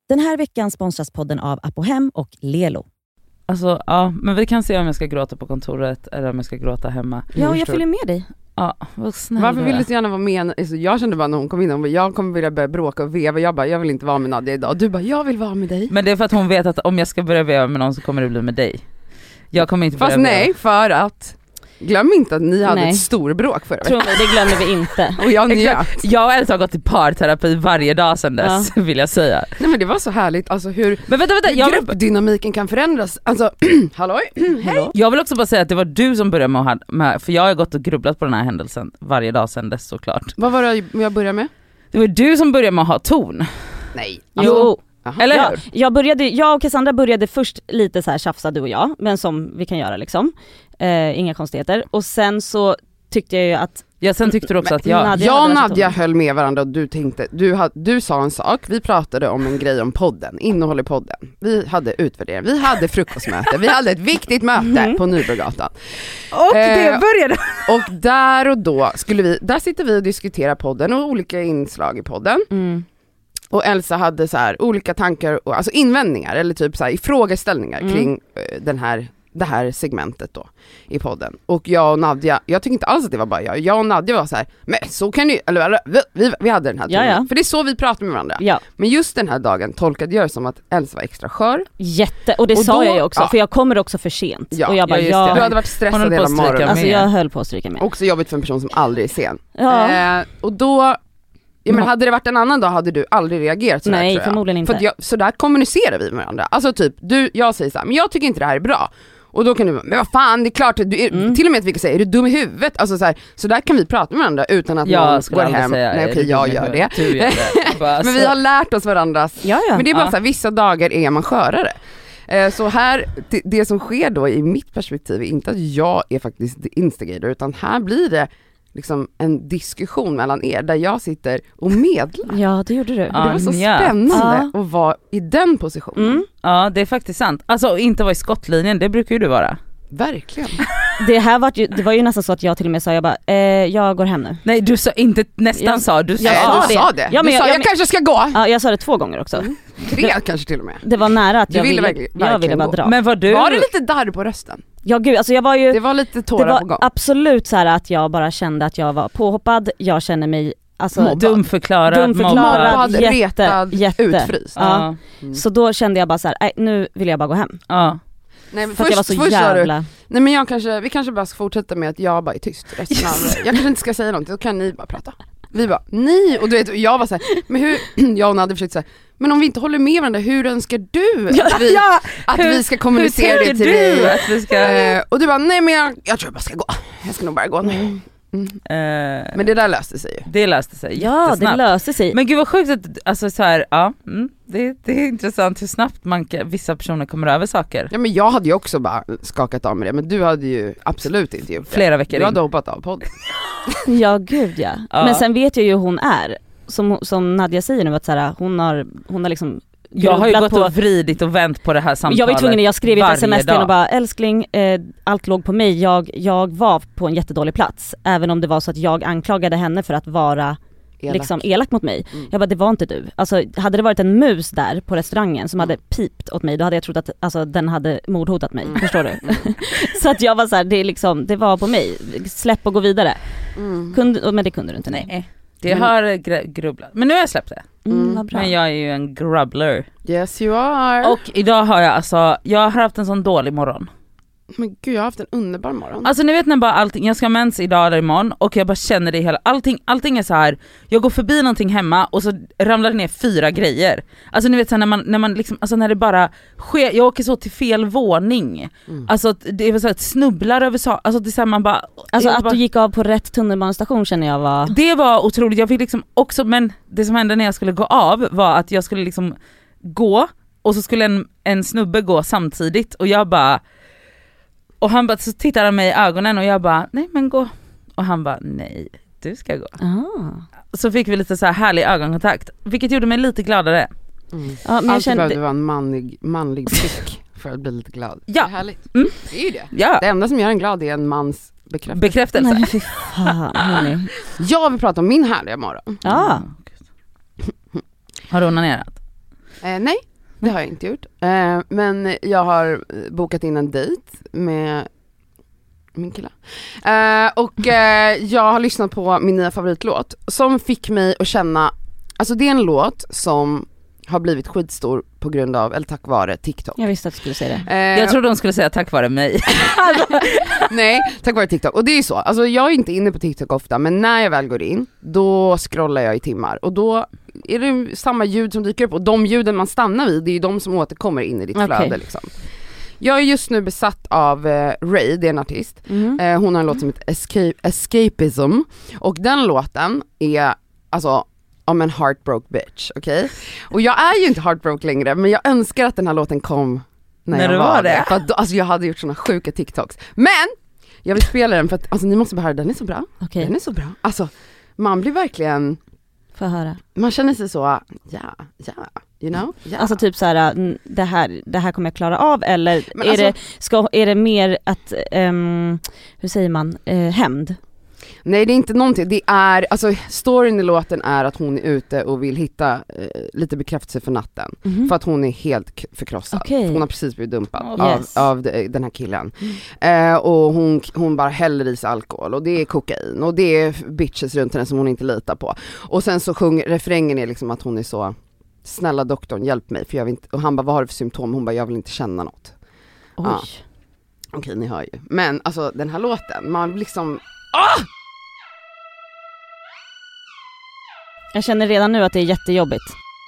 Den här veckan sponsras podden av Apohem och Lelo. Alltså, ja, men vi kan se om jag ska gråta på kontoret eller om jag ska gråta hemma. Ja, och jag följer med dig. Ja, vad snäll. Varför vill du så gärna vara med? Alltså, jag kände bara när hon kom in, jag kommer vilja börja bråka och veva. Jag bara, jag vill inte vara med Nadia idag. Du bara, jag vill vara med dig. Men det är för att hon vet att om jag ska börja veva med någon så kommer det bli med dig. Jag kommer inte börja Fast nej, för att glöm inte att ni hade ett stor bråk förra veckan. Tror mig, det glömmer vi inte. Och jag njöt. Jag har alltså gått i parterapi varje dag sedan dess, vill jag säga. Nej, men det var så härligt, alltså hur, men vänta, hur gruppdynamiken kan förändras. Alltså, halloj, hej. Jag vill också bara säga att det var du som började med för jag har gått och grubblat på den här händelsen varje dag sedan dess såklart. Vad var det jag började med? Det var du som började med att ha ton. Nej. Jo. Aha. Eller hur? Jag och Cassandra började först lite så här tjafsa du och jag, men som vi kan göra liksom. Inga konstigheter. Och sen så tyckte jag ju att sen tyckte du också att jag och Nadia höll med varandra och du tänkte, du sa en sak, vi pratade om en grej om podden, innehåll i podden. Vi hade utvärdering, vi hade frukostmöte, vi hade ett viktigt möte på Nybrogatan. Och det började. Och där och då där sitter vi och diskuterar podden och olika inslag i podden. Och Elsa hade så här olika tankar, alltså invändningar eller typ så här ifrågeställningar kring det här segmentet då i podden. Och jag och Nadia, jag tycker inte alls att det var bara jag och Nadia var så här, men så kan ni, eller vi hade den här tonen. För det är så vi pratar med varandra. Ja. Men just den här dagen tolkade jag som att Elsa var extra skör. Och det sa jag ju också, för jag kommer också för sent. Ja, och jag bara, du hade varit stressad hela morgonen. Alltså jag höll på att stryka med. Också jobbigt för en person som aldrig är sen. Ja. Och då men hade det varit en annan dag hade du aldrig reagerat sådär. Nej, förmodligen inte. För så där kommunicerar vi med varandra. Alltså typ, jag säger så här, men jag tycker inte det här är bra. Och då kan du, men vad fan, det är klart att till och med att vi kan säga, är du dum i huvudet? Alltså så där kan vi prata med varandra utan att någon går hem. Nej, okej, jag gör det. Men vi har lärt oss varandras. Men det är bara så här, vissa dagar är man skörare. Så här, det som sker då i mitt perspektiv är inte att jag är faktiskt the instigator, utan här blir det liksom en diskussion mellan er där jag sitter och medlar. Ja, det gjorde du. Och det var så spännande att vara i den positionen. Ja, det är faktiskt sant. Alltså inte vara i skottlinjen, det brukar ju du vara. Verkligen. Det var ju nästan så att jag till och med sa, jag går hem nu. Nej, du sa inte nästan sa, du sa det. Ja, men jag kanske ska gå. Ja, jag sa det 2 gånger också. 3 kanske till och med. Det var nära att jag ville bara dra. Men var det lite darr på rösten? Ja gud, alltså det var lite tårar på gång. Absolut så här att jag bara kände att jag var påhoppad. Jag känner mig dumförklarad, mobbad, retad, utfryst. Ja. Så då kände jag bara så här, nu vill jag bara gå hem. Ja. Nej, men för att jag var så jävla... Nej, men vi kanske bara ska fortsätta med att jag bara är tyst resten av jag kanske inte ska säga någonting, då kan ni bara prata. Vi bara, nej, och du vet, jag var så här, men hur, jag och Nadja försökte säga, men om vi inte håller med varandra, hur önskar du att vi ska kommunicera det till dig? Att vi ska... Och du bara, nej men jag tror jag bara ska gå. Jag ska nog bara gå nu. Men det där löste sig ju. Det löste sig jättesnabbt. Ja, det löste sig. Men gud vad sjukt att, alltså så här, det är intressant hur snabbt vissa personer kommer över saker. Ja, men jag hade ju också bara skakat av med det, men du hade ju absolut inte gjort det. Flera veckor du hade hoppat av podden. Ja, gud ja. Men sen vet jag ju hur hon är. Som Nadia säger nu, att så här, hon har liksom... Jag har ju gått och vridit och vänt på det här samtalet. Jag var tvungen, jag skrev ett sms och bara, älskling, allt låg på mig. Jag var på en jättedålig plats. Även om det var så att jag anklagade henne för att vara elak mot mig. Jag bara, det var inte du. Alltså, hade det varit en mus där på restaurangen som hade pipt åt mig, då hade jag trott att den hade mordhotat mig. Förstår du? Så att jag var så här, det var på mig. Släpp och gå vidare. Men det kunde du inte. Nej. Det har grubblat. Men nu har jag släppt det. Men jag är ju en grubbler. Yes you are. Och idag har jag har haft en sån dålig morgon. Men gud, jag har haft en underbar morgon. Alltså ni vet när bara allting, jag ska mens idag eller imorgon och jag bara känner det hela, allting är så här. Jag går förbi någonting hemma och så ramlar det ner 4 grejer. Alltså ni vet så här, när man liksom, alltså när det bara sker, jag åker så till fel våning. Alltså det var så att snubblar över så, alltså det är så här, man bara, alltså att du gick av på rätt tunnelbanestation känner jag var. Det var otroligt. Jag fick liksom också, men det som hände när jag skulle gå av var att jag skulle liksom gå och så skulle en snubbe gå samtidigt och jag bara. Och han bara, så tittar han mig i ögonen och jag bara, nej men gå. Och han bara, nej, du ska gå. Så fick vi lite så här härlig ögonkontakt, vilket gjorde mig lite gladare. Ja, men jag kände att det var en manlig blick för att bli lite glad. Ja. Det är härligt. Det är ju det. Ja. Det enda som gör en glad är en mans bekräftelse. Nej, fy fan. Jag vill prata om min härliga morgon. Ja. Har du onanerat? Nej, det har jag inte gjort. Men jag har bokat in en dejt med min kille. Och jag har lyssnat på min nya favoritlåt som fick mig att känna, alltså det är en låt som har blivit skitstor på grund av, eller tack vare TikTok. Jag visste att du skulle säga det. Jag trodde de skulle säga tack vare mig. Nej, tack vare TikTok. Och det är ju så, alltså jag är inte inne på TikTok ofta, men när jag väl går in, då scrollar jag i timmar. Och då är det samma ljud som dyker upp, och de ljuden man stannar vid, det är ju de som återkommer in i ditt flöde liksom. Jag är just nu besatt av Ray, det är en artist. Hon har en låt som heter Escapism. Och den låten är alltså om en heartbroke bitch, okej? Och jag är ju inte heartbroke längre, men jag önskar att den här låten kom när jag var det. För att då, alltså jag hade gjort såna sjuka TikToks. Men jag vill spela den för att alltså, ni måste bara höra, den är så bra. Okay. Den är så bra. Alltså man blir verkligen... Får höra. Man känner sig så, you know? Yeah. Alltså typ så här, det här kommer jag klara av, eller men är, alltså, är det mer att, hur säger man, hämnd? Nej, det är inte någonting. Det är, alltså storyn i låten är att hon är ute och vill hitta lite bekräftelse för natten. För att hon är helt förkrossad. Okay. Hon har precis blivit dumpad av den här killen. Och hon bara häller i sig alkohol, och det är kokain, och det är bitches runt henne som hon inte litar på. Och sen så refrängen är liksom att hon är så, snälla doktorn, hjälp mig, för jag vill inte. Och han bara, vad har du för symptom? Hon bara, jag vill inte känna något. Oj. Ja. Okej, ni hör ju. Men alltså den här låten, man liksom... Jag känner redan nu att det är jättejobbigt.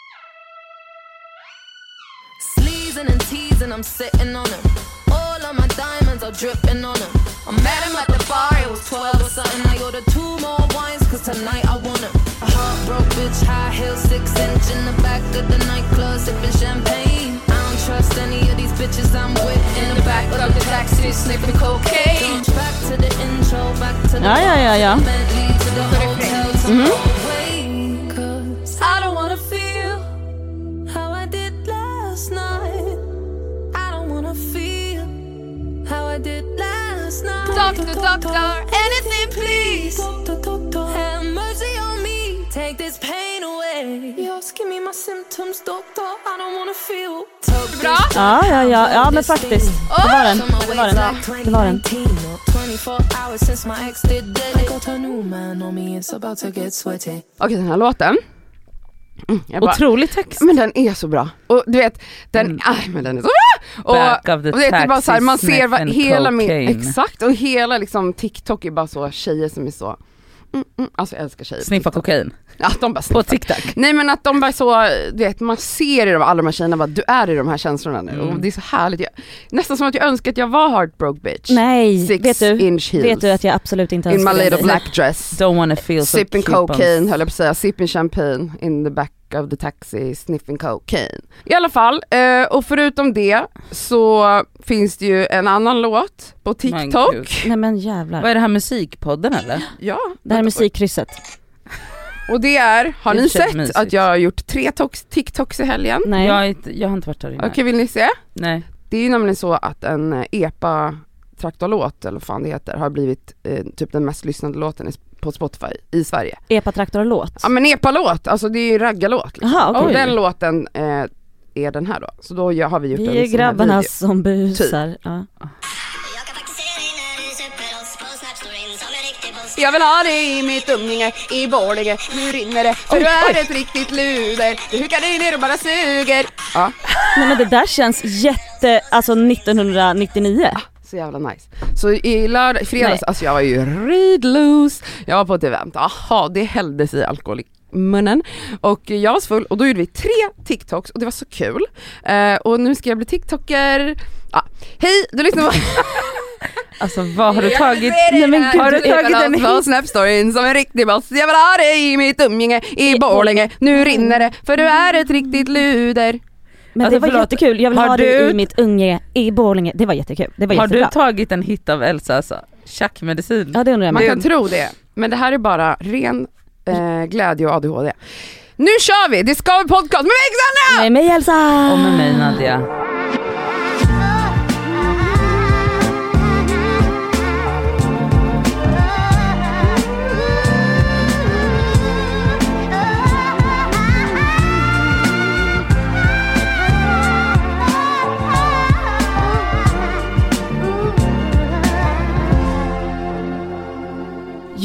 Sleezing and teasing, I'm sitting on them. All of my diamonds are dripping on them. I met him at the bar, it was 12 or something. I ordered 2 more wines, cause tonight I want him. A heartbroke bitch, high heels, 6-inch in the back of the nightclub, sipping champagne. I don't trust any of these bitches I'm with. In the back of the taxi, sniffing cocaine. Back to the intro, back to the Bentley, to the hotel, to the I don't wanna feel how I did last night. I don't wanna feel how I did last night. Doctor, anything please. Have mercy on me. Take this pain away. Just give me my symptoms, doctor. I don't wanna feel. Bra. Ja, men faktiskt. Det var den. 24 hours since my ex did dead. I got a new man on me, it's about to get sweaty. Okej, den här låten. Otrolig text. Men den är så bra. Och du vet, men den är så bra. Back of the och det är bara så här, man ser vad hela exakt, och hela liksom TikTok är bara så tjejer som är så alltså jag älskar tjejer. Sniffa kokain. Ja, de bara på TikTok. Nej, men att de bara så, du vet, man ser i alla de här tjejerna bara, du är i de här känslorna nu. Och det är så härligt. Nästan som att jag önskar att jag var heartbroke bitch. Nej, 6-inch heels. Vet du att jag absolut inte önskar in my little black dress. Don't wanna feel so sipping cocaine, höll jag på att säga. Sipping champagne in the back of the taxi, sniffing cocaine. I alla fall, och förutom det så finns det ju en annan låt på TikTok. Nej men jävlar. Vad är det här, musikpodden eller? Ja. Det här är musikkrysset. Och det är, har ni sett att jag har gjort 3 TikToks i helgen? Nej. Jag har inte varit där inne. Okej, vill ni se? Nej. Det är ju nämligen så att en epa-traktorlåt, eller vad fan det heter, har blivit typ den mest lyssnade låten på Spotify i Sverige. Epa-traktor-låt? Ja, men epa-låt, alltså det är ju raggarlåt. Liksom. Aha, okay. Och den låten är den här då. Så då har vi gjort vi är grabbarna som busar. Typ. Ja. Jag vill ha dig i mitt umgänge i Borlänge. Nu rinner det, för du är ett riktigt luder. Du hukar dig ner och bara suger. Ja. Nej, men det där känns alltså 1999. Så jävla nice. Så i fredags, alltså jag var ju redloose. Jag var på ett event. Aha, det hälldes i alkohol i munnen. Och jag var så full, och då gjorde vi 3 TikToks, och det var så kul. Och nu ska jag bli TikToker. Hej, du lyssnar på... Alltså vad har du tagit? Nej, men gud, har du tagit den på Snapstoryn som en riktig boss? Jag vill ha dig i mitt umgänge i Borlänge. Nu rinner det, för du är ett riktigt luder. Men alltså, det var jättekul. Jag vill ha dig i mitt umgänge i Borlänge. Det var jättekul. Det var jättebra. Har du tagit en hit av Elsa alltså? Tjackmedicin? Ja, det undrar jag. Man kan tro det. Men det här är bara ren glädje och ADHD. Nu kör vi! Det ska vi podcast med mig, Xandra! Med mig, Elsa! Och med mig, Nadia.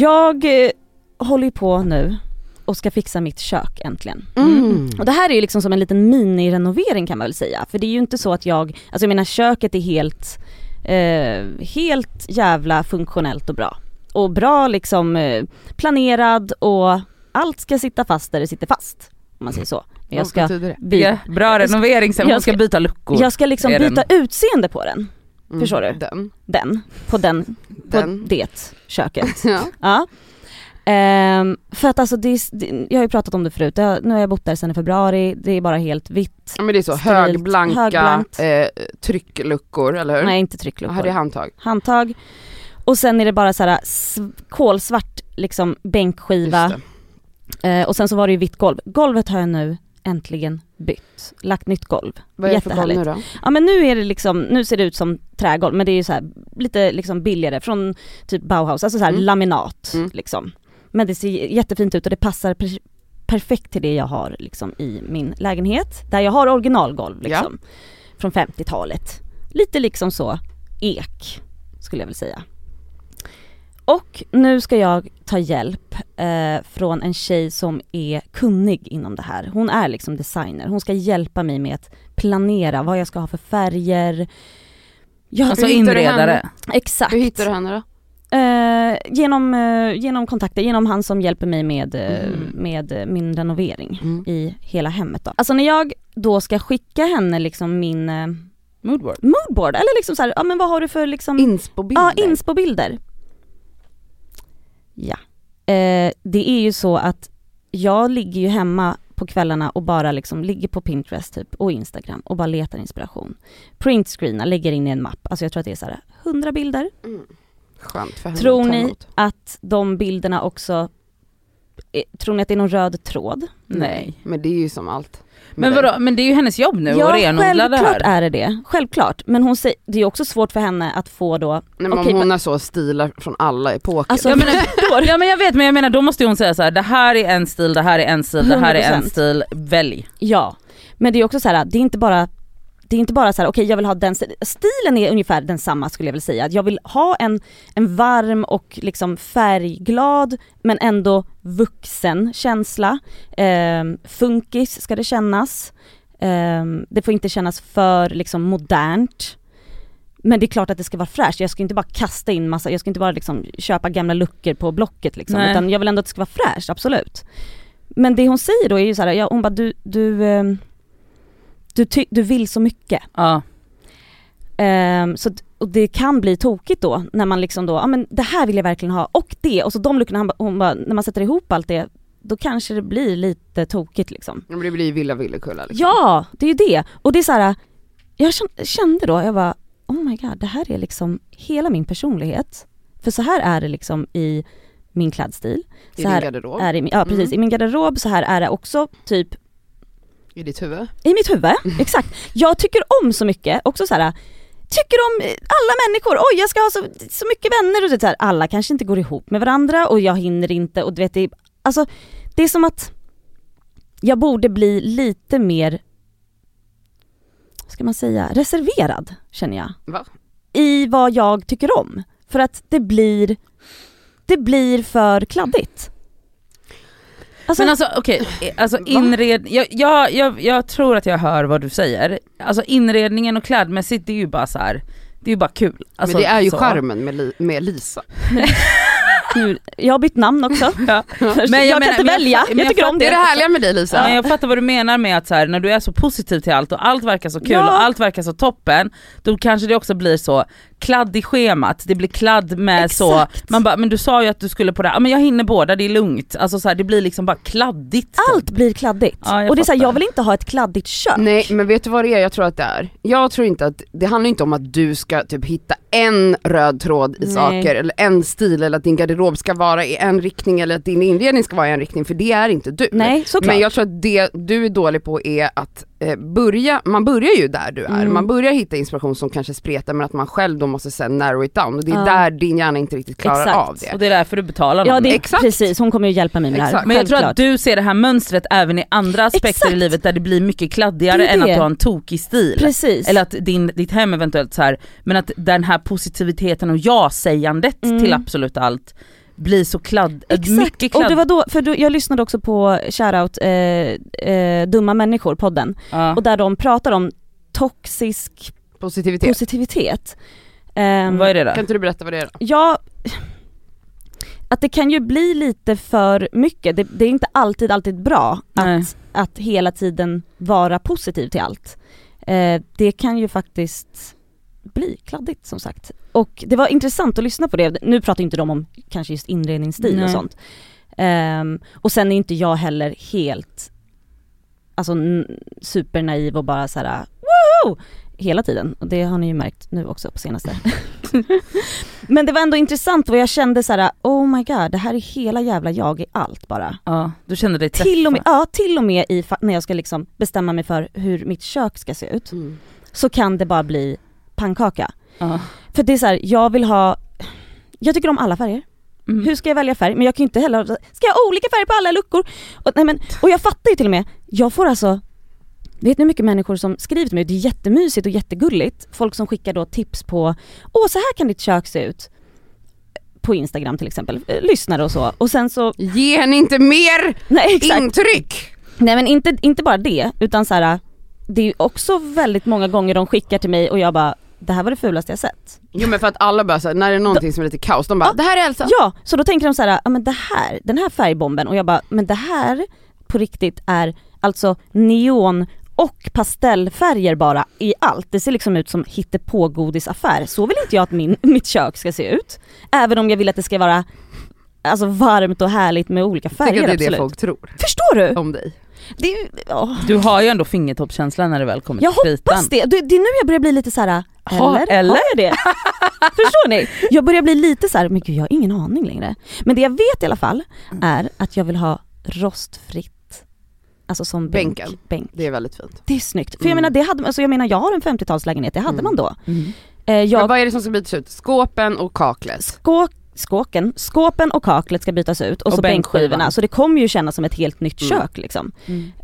Jag håller på nu och ska fixa mitt kök äntligen. Och det här är ju liksom som en liten mini-renovering kan man väl säga. För det är ju inte så att jag menar köket är helt jävla funktionellt och bra. Och bra liksom planerad och allt ska sitta fast där det sitter fast. Om man säger så. Men jag ska bra renovering sen, jag ska byta luckor. Jag ska liksom byta utseende på den. Förstår du? På det köket. Ja. För att alltså jag har ju pratat om det förut. Nu har jag bott där sedan i februari. Det är bara helt vitt. Ja, men det är så högblanka tryckluckor, eller hur? Nej, inte tryckluckor. Det är handtag. Och sen är det bara så här kolsvart liksom bänkskiva. Och sen så var det ju vitt golv. Golvet har jag nu äntligen bytt. Lagt nytt golv. Vad är det för golv nu då? Ja, men nu ser det ut som trägolv, men det är ju så här lite liksom billigare från typ Bauhaus, alltså så här laminat liksom. Men det ser jättefint ut och det passar perfekt till det jag har liksom i min lägenhet, där jag har originalgolv liksom från 50-talet. Lite liksom så ek skulle jag väl säga. Och nu ska jag ta hjälp från en tjej som är kunnig inom det här. Hon är liksom designer. Hon ska hjälpa mig med att planera vad jag ska ha för färger. Alltså inredare. Exakt. Hur hittar du henne då? Genom kontakter, genom han som hjälper mig med min renovering i hela hemmet då. Alltså när jag då ska skicka henne liksom min moodboard eller liksom så här, ja men vad har du för liksom inspo-bilder? Ja, inspo-bilder. Ja. Det är ju så att jag ligger ju hemma på kvällarna och bara liksom ligger på Pinterest typ och Instagram och bara letar inspiration. Printscreena, lägger in i en mapp. Alltså jag tror att det är så här 100 bilder. Skönt för henne. Tror ni att de bilderna också tror ni att det är någon röd tråd? Nej. Men det är ju som allt. Men vadå? Men det är ju hennes jobb nu att renodla det här. Självklart är det. Självklart. Men hon säger, det är också svårt för henne att få då... Nej, men hon har så stilar från alla epoker. Alltså, ja men jag vet, men jag menar då måste hon säga så här: det här är en stil, det här är en stil, det här är en stil, välj. Ja, men det är också så här, det är inte bara så här, okej, jag vill ha den stilen är ungefär densamma skulle jag vilja säga. Jag vill ha en varm och liksom färgglad men ändå vuxen känsla. Funkis ska det kännas. Det får inte kännas för liksom modernt. Men det är klart att det ska vara fräscht. Jag ska inte bara kasta in massa, jag ska inte bara liksom köpa gamla luckor på Blocket liksom, utan jag vill ändå att det ska vara fräscht, absolut. Men det hon säger då är ju så här, hon bara du vill så mycket. Ja. Så och det kan bli tokigt då när man liksom då, ja men det här vill jag verkligen ha och det, och så de luckorna hon bara, när man sätter ihop allt det, då kanske det blir lite tokigt liksom. Men det blir villekulla liksom. Ja, det är ju det. Och det är så här, jag kände då, jag bara, oh my god, det här är liksom hela min personlighet. För så här är det liksom i min klädstil. I så din här garderob. Är det, ja precis, i min garderob. Så här är det också typ i ditt huvud? I mitt huvud, exakt. Jag tycker om så mycket, också så här, tycker om alla människor. Oj, jag ska ha så mycket vänner och så här. Alla kanske inte går ihop med varandra och jag hinner inte, och du vet, alltså det är som att jag borde bli lite mer, ska man säga, reserverad, känner jag. Va? I vad jag tycker om. För att det blir för kladdigt. Alltså, men alltså okej, alltså jag tror att jag hör vad du säger. Alltså inredningen och klädmässigt, det är ju bara så här, det är ju bara kul. Alltså, men det är ju charmen med Lisa. Jag har bytt namn också. Ja. Men jag kan inte välja. Jag tycker om det. Det är det härliga med dig, Lisa. Ja, men jag fattar vad du menar med att så här, när du är så positiv till allt och allt verkar så kul och allt verkar så toppen, då kanske det också blir så kladd i schemat. Det blir kladd med exakt. Så man bara, men du sa ju att du skulle på det. Ja, men jag hinner båda, det är lugnt. Alltså så här, det blir liksom bara kladdigt. Allt blir kladdigt. Ja, och det är så här, jag vill inte ha ett kladdigt kök. Nej, men vet du vad det är? Jag tror att det är. Jag tror inte att det handlar inte om att du ska typ hitta en röd tråd i saker eller en stil, eller att din garderob ska vara i en riktning eller att din inredning ska vara i en riktning, för det är inte du. Nej, såklart. Men jag tror att det du är dålig på är att man börjar ju där du är. Man börjar hitta inspiration som kanske spretar, men att man själv då måste sen narrow it down, och det är där din hjärna inte riktigt klarar av det. Och det är därför du betalar någon. Ja, det är precis, hon kommer ju hjälpa mig med det här. Men jag tror att du ser det här mönstret även i andra aspekter i livet där det blir mycket kladdigare än att du har en tokig stil. Precis. Eller att ditt hem eventuellt så här, men att den här positiviteten och ja-sägandet till absolut allt bli så kladd. Exakt, mycket kladd. och det var då, för jag lyssnade också på Shoutout Dumma människor podden och där de pratar om toxisk positivitet. Vad är det då? Kan inte du berätta vad det är då? Ja, att det kan ju bli lite för mycket. Det är inte alltid bra att hela tiden vara positiv till allt. Det kan ju faktiskt bli kladdigt som sagt. Och det var intressant att lyssna på det. Nu pratar inte de om kanske just inredningsstil och sånt. Och sen är inte jag heller helt supernaiv och bara såhär woho! Hela tiden. Och det har ni ju märkt nu också på senaste. Men det var ändå intressant och jag kände såhär, oh my god, det här är hela jävla jag i allt bara. Ja, du kände dig träffad. Till och med när jag ska liksom bestämma mig för hur mitt kök ska se ut. Så kan det bara bli pannkaka. För det är såhär, jag tycker om alla färger. Hur ska jag välja färg? Men jag kan inte heller, ska jag ha olika färger på alla luckor? Och jag fattar ju till och med, jag får alltså, vet ni hur mycket människor som skriver till mig, det är jättemysigt och jättegulligt. Folk som skickar då tips på, så här kan ditt kök se ut. På Instagram till exempel, lyssnare och så. Och sen så... Ge henne inte mer intryck! Nej men inte bara det, utan så här, det är också väldigt många gånger de skickar till mig och jag bara, det här var det fulaste jag sett. Jo men för att alla bara såhär, när det är någonting som är lite kaos, de bara, det här är Elsa. Ja, så då tänker de så här, men den här färgbomben, och jag bara, men det här på riktigt är alltså neon och pastellfärger bara i allt. Det ser liksom ut som hittepågodisaffär. Så vill inte jag att mitt kök ska se ut. Även om jag vill att det ska vara alltså varmt och härligt med olika färger. Jag tycker det är absolut. det folk tror. Förstår du? Om dig. Du har ju ändå fingertoppskänslan när det väl kommer till kritan. Jag hoppas det. Det är nu jag börjar bli lite så här. Eller? Har jag det? Förstår ni? Jag börjar bli lite så här, men gud, jag har ingen aning längre. Men det jag vet i alla fall är att jag vill ha rostfritt. Alltså som bänk. Det är väldigt fint. Det är snyggt. För jag menar, det hade, alltså jag menar, jag har en 50-talslägenhet, det hade man då. Men vad är det som ska bytas ut? Skåpen och kaklet? Skåpen och kaklet ska bytas ut och så bänkskivorna. Så det kommer ju kännas som ett helt nytt kök liksom.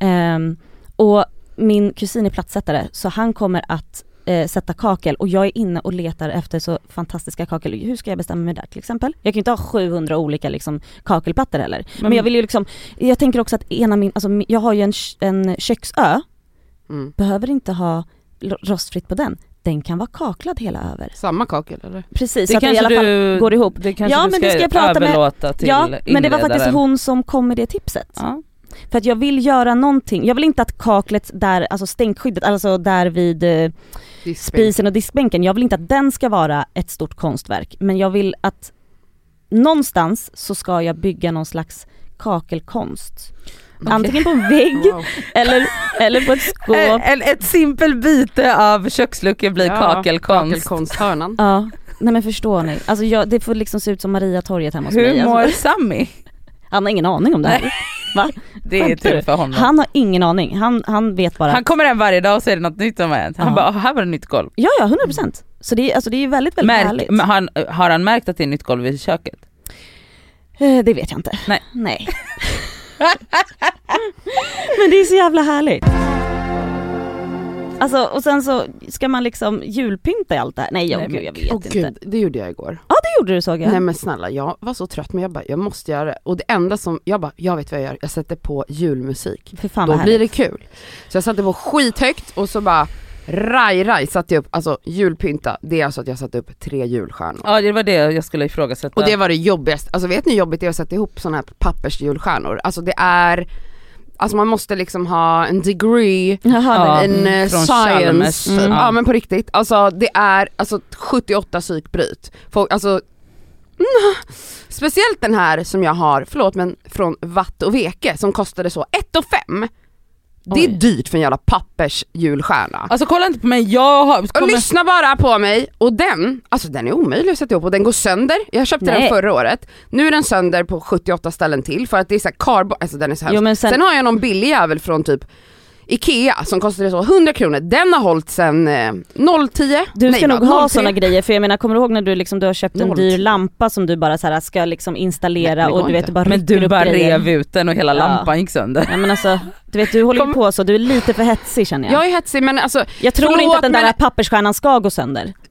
Och min kusin är plattsättare, så han kommer att sätta kakel, och jag är inne och letar efter så fantastiska kakel. Hur ska jag bestämma mig där till exempel? Jag kan ju inte ha 700 olika liksom kakelplattor heller. Men jag vill ju liksom, jag tänker också att jag har ju en köksö. Behöver inte ha rostfritt på den. Den kan vara kaklad hela över. Samma kakel eller? Precis, så att det i alla fall går ihop. Det kanske men det ska jag prata med till men det var faktiskt hon som kom med det tipset. Ja. För att jag vill göra någonting. Jag vill inte att kaklet där, alltså stänkskyddet, alltså där vid spisen och diskbänken, jag vill inte att den ska vara ett stort konstverk. Men jag vill att någonstans så ska jag bygga någon slags kakelkonst. Okay. Antingen på en vägg eller på ett skåp. Ett simpel byte av köksluckor blir kakelkonst. Kakelkonsthörnan. Ja, nej men förstår ni. Alltså det får liksom se ut som Mariatorget hemma hos mig. Hur mår Sammy? Han har ingen aning om det här. Va? Det är typ för honom. Han har ingen aning. Han vet bara. Han kommer hem varje dag och säger något nytt om det. Han bara, här var det nytt golv. Ja, 100%. Så det är väldigt, väldigt härligt. Har han märkt att det är nytt golv i köket? Det vet jag inte. Nej. Men det är så jävla härligt. Alltså, och sen så ska man liksom julpynta i allt det här. Nej, jag vet inte. Gud, det gjorde jag igår. Ja, det gjorde du, såg jag. Nej men snälla, jag var så trött, men jag måste göra det. Och det enda som, jag vet vad jag gör. Jag sätter på julmusik. För fan, då blir det kul. Så jag satte på skithögt och så bara raj satte jag upp, alltså julpynta. Det är alltså att jag satte upp 3 julstjärnor. Ja, det var det jag skulle ifrågasätta. Och det var det jobbigaste. Alltså vet ni hur jobbigt det är att sätta ihop såna här pappersjulstjärnor? Alltså det är... Alltså man måste liksom ha en degree in science. Ja men på riktigt. Alltså det är 78 psykbryt. Alltså speciellt den här som jag har, men från Watt och Veke som kostade så 1,5. Det är dyrt för en jävla pappersjulstjärna. Alltså kolla inte på mig, och lyssna bara på mig. Och den är omöjlig att sätta ihop, och den går sönder. Jag köpte den förra året. Nu är den sönder på 78 ställen till, för att det är så här karbon, alltså den är så hemskt. Sen har jag någon billig jävel från typ Ikea som kostade så 100 kronor. Den har hållit sen 0,10. Du ska nog ha såna grejer, för jag menar, kommer du ihåg när du har köpt en dyr lampa som du bara så här ska liksom installera. Nej, och du vet du bara, men du bara rev ut den och hela lampan gick sönder. Ja, men alltså, du vet, du håller på så, du är lite för hetsig, känner jag. Jag är hetsig, men alltså jag tror inte att den där pappersstjärnan ska gå sönder.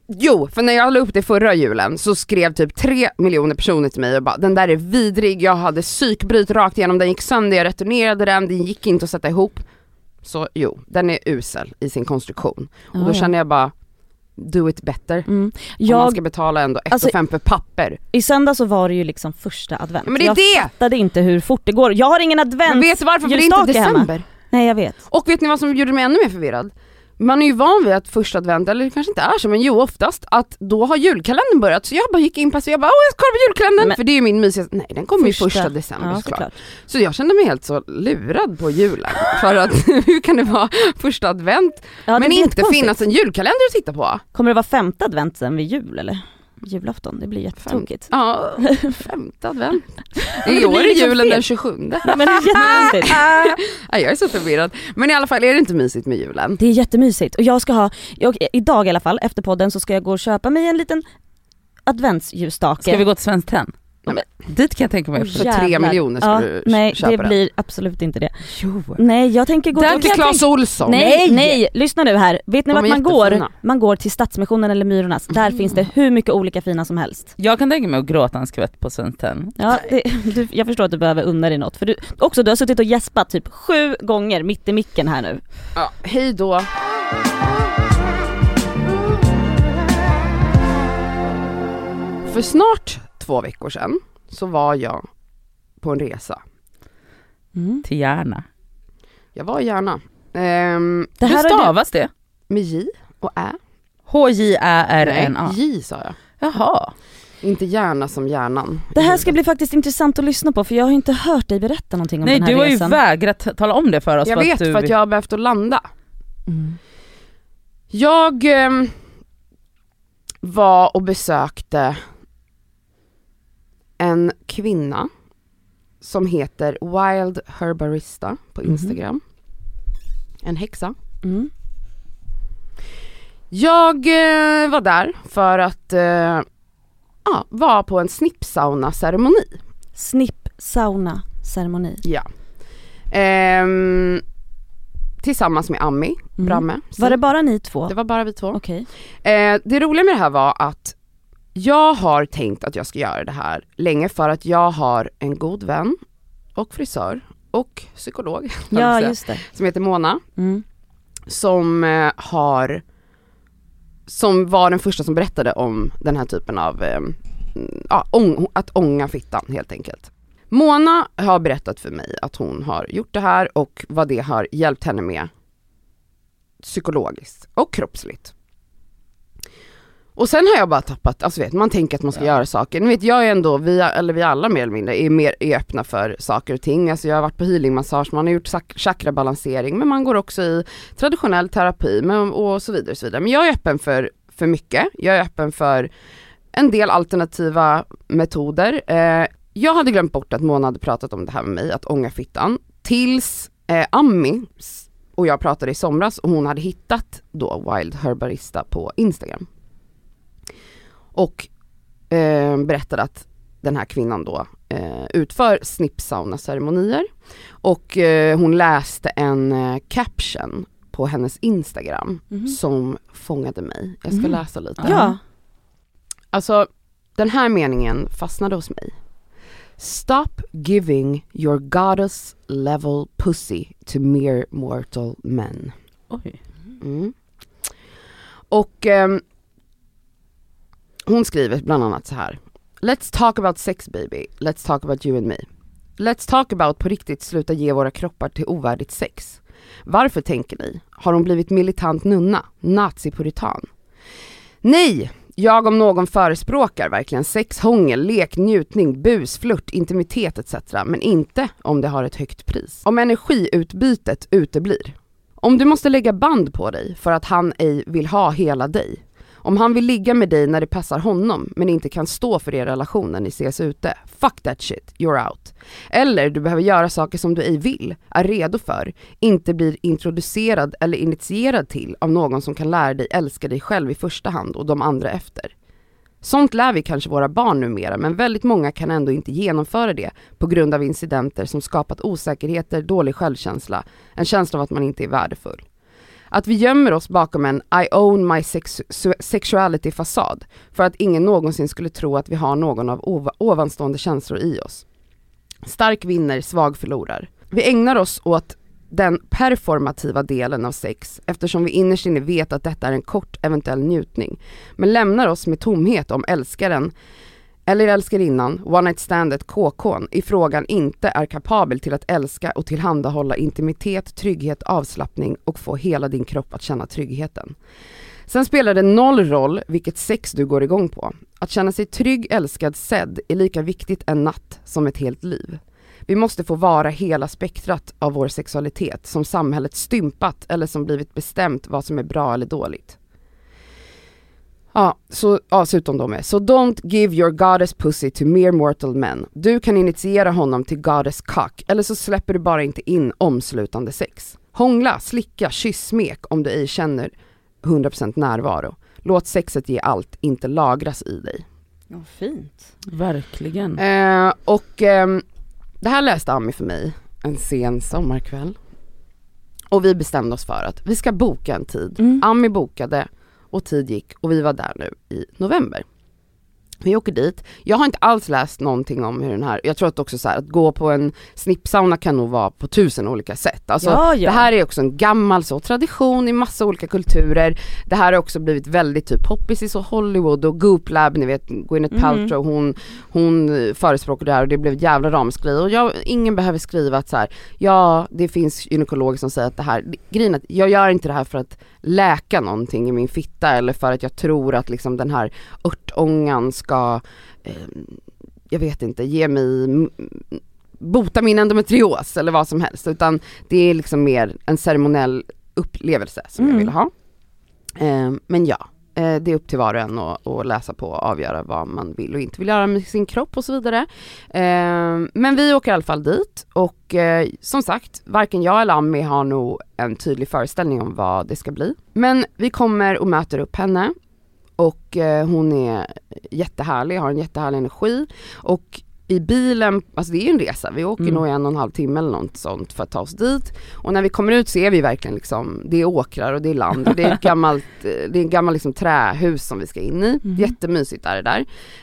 Jo, för när jag la upp det förra julen så skrev typ 3 miljoner personer till mig och bara, den där är vidrig, jag hade psykbryt rakt igenom, den gick sönder, jag returnerade den gick inte att sätta ihop. Så jo, den är usel i sin konstruktion. Och då känner jag bara, do it better. Om man ska betala ändå 1,5 för papper. I söndag så var det ju liksom första advent. Ja, men det är jag fattade inte hur fort det går. Jag har ingen advent. Men vet du varför? För det är inte december. Hemma. Nej, jag vet. Och vet ni vad som gjorde mig ännu mer förvirrad? Man är ju van vid att första advent, eller det kanske inte är så, men oftast att då har julkalendern börjat. Så jag bara gick in på så jag bara, jag ska kolla på julkalendern. För det är ju min mysigaste, nej den kommer ju 1 december såklart. Så jag kände mig helt så lurad på julen. För att hur kan det vara första advent men inte finnas en julkalender att titta på? Kommer det vara 5:e advent sen vid jul eller? Julafton, det blir jättetokigt. Ja, 5:e advent. I år är julen den 27. Men det är jättemysigt. Jag är så förvirrad. Men i alla fall är det inte mysigt med julen. Det är jättemysigt. Och idag i alla fall, efter podden så ska jag gå och köpa mig en liten adventsljusstake. Ska vi gå till Svenskt Tenn? Dit kan jag tänka mig. För 3 miljoner ska du nej, köpa det blir absolut inte det. Jo. Nej, jag tänker gå till Claes Olsson. Nej, lyssna nu här. Vet ni vart man går? Man går till Stadsmissionen eller Myrornas. Där finns det hur mycket olika fina som helst. Jag kan tänka mig att gråta en skvätt på Svenskt Tenn. Ja, jag förstår att du behöver unna dig något. För du har suttit och gäspat typ 7 gånger mitt i micken här nu. Ja, hej då. För snart 2 veckor sedan så var jag på en resa. Till Järna. Jag var i Järna. Hur stavas det? Med J och Ä. H-J-Ä-R-N-A. Nej, J sa jag. Jaha. Inte Järna som hjärnan. Det här ska bli faktiskt intressant att lyssna på, för jag har inte hört dig berätta någonting om den här resan. Nej, du har ju vägrat tala om det för oss. Jag vet, för att jag har behövt att landa. Jag var och besökte en kvinna som heter Wild Herbarista på Instagram. En häxa. Jag var där för att vara på en snippsauna-ceremoni. Snippsauna-ceremoni? Ja. Tillsammans med Ami Bramme. Var det bara ni två? Det var bara vi 2. Okay. Det roliga med det här var att jag har tänkt att jag ska göra det här länge, för att jag har en god vän och frisör och psykolog just det. Som heter Mona, som var den första som berättade om den här typen av att ånga fittan helt enkelt. Mona har berättat för mig att hon har gjort det här och vad det har hjälpt henne med psykologiskt och kroppsligt. Och sen har jag bara tappat, alltså man tänker att man ska göra saker. Ni vet, jag är ändå, vi alla mer eller mindre är öppna för saker och ting. Alltså jag har varit på healingmassage, man har gjort chakrabalansering, men man går också i traditionell terapi och så vidare och så vidare. Men jag är öppen för mycket. Jag är öppen för en del alternativa metoder. Jag hade glömt bort att Mona hade pratat om det här med mig, att ånga fittan, tills Ami och jag pratade i somras och hon hade hittat då Wild Herbarista på Instagram. Och berättade att den här kvinnan då utför snippsauna-ceremonier. Och hon läste en caption på hennes Instagram som fångade mig. Jag ska läsa lite. Ja. Alltså, den här meningen fastnade hos mig. Stop giving your goddess level pussy to mere mortal men. Oj. Och hon skriver bland annat så här: Let's talk about sex baby. Let's talk about you and me. Let's talk about på riktigt sluta ge våra kroppar till ovärdigt sex. Varför tänker ni? Har hon blivit militant nunna? Nazi-puritan? Nej! Jag om någon förespråkar verkligen sex, hångel, lek, njutning, bus, flört, intimitet etc. Men inte om det har ett högt pris. Om energiutbytet uteblir. Om du måste lägga band på dig för att han ej vill ha hela dig. Om han vill ligga med dig när det passar honom men inte kan stå för er relation när ni ses ute. Fuck that shit, you're out. Eller du behöver göra saker som du ej vill, är redo för, inte blir introducerad eller initierad till av någon som kan lära dig älska dig själv i första hand och de andra efter. Sånt lär vi kanske våra barn numera, men väldigt många kan ändå inte genomföra det på grund av incidenter som skapat osäkerheter, dålig självkänsla, en känsla av att man inte är värdefull. Att vi gömmer oss bakom en I own my sexuality-fasad för att ingen någonsin skulle tro att vi har någon av ovanstående känslor i oss. Stark vinner, svag förlorar. Vi ägnar oss åt den performativa delen av sex eftersom vi innerst inne vet att detta är en kort eventuell njutning, men lämnar oss med tomhet om älskaren eller älskarinnan, one night standet KK:n i frågan inte är kapabel till att älska och tillhandahålla intimitet, trygghet, avslappning och få hela din kropp att känna tryggheten. Sen spelar det noll roll vilket sex du går igång på. Att känna sig trygg, älskad, sedd är lika viktigt en natt som ett helt liv. Vi måste få vara hela spektrat av vår sexualitet som samhället stympat eller som blivit bestämt vad som är bra eller dåligt. Ja, så avslutar de med. So don't give your goddess pussy to mere mortal men. Du kan initiera honom till goddess cock eller så släpper du bara inte in omslutande sex. Hångla, slicka, kyss, smek om du ej känner 100% närvaro. Låt sexet ge allt, inte lagras i dig. Ja, fint. Verkligen. Det här läste Ami för mig en sen sommarkväll. Och vi bestämde oss för att vi ska boka en tid. Ami bokade och tid gick och vi var där nu i november. Vi åker dit. Jag har inte alls läst någonting om hur den här, jag tror att också så här, att gå på en snippsauna kan nog vara på 1000 olika sätt. Alltså det här är också en gammal så tradition i massa olika kulturer. Det här har också blivit väldigt typ poppis i så Hollywood och Goop Lab, ni vet, Gwyneth Paltrow, hon förespråkar det här och det blev ett jävla ramaskri. Och ingen behöver skriva att så här, ja, det finns gynekologer som säger att det här, grejen att jag gör inte det här för att läka någonting i min fitta eller för att jag tror att liksom den här örtångan ska jag vet inte, ge mig bota min endometrios eller vad som helst, utan det är liksom mer en ceremoniell upplevelse som jag vill ha. Men ja, det är upp till var och en att läsa på och avgöra vad man vill och inte vill göra med sin kropp och så vidare. Men vi åker i alla fall dit och som sagt, varken jag eller Ami har nog en tydlig föreställning om vad det ska bli. Men vi kommer och möter upp henne och hon är jättehärlig, har en jättehärlig energi och i bilen, alltså det är ju en resa, vi åker nog 1,5 timme eller något sånt för att ta oss dit och när vi kommer ut ser vi verkligen liksom, det är åkrar och det är land och det är ett gammalt, liksom trähus som vi ska in i, jättemysigt är det där.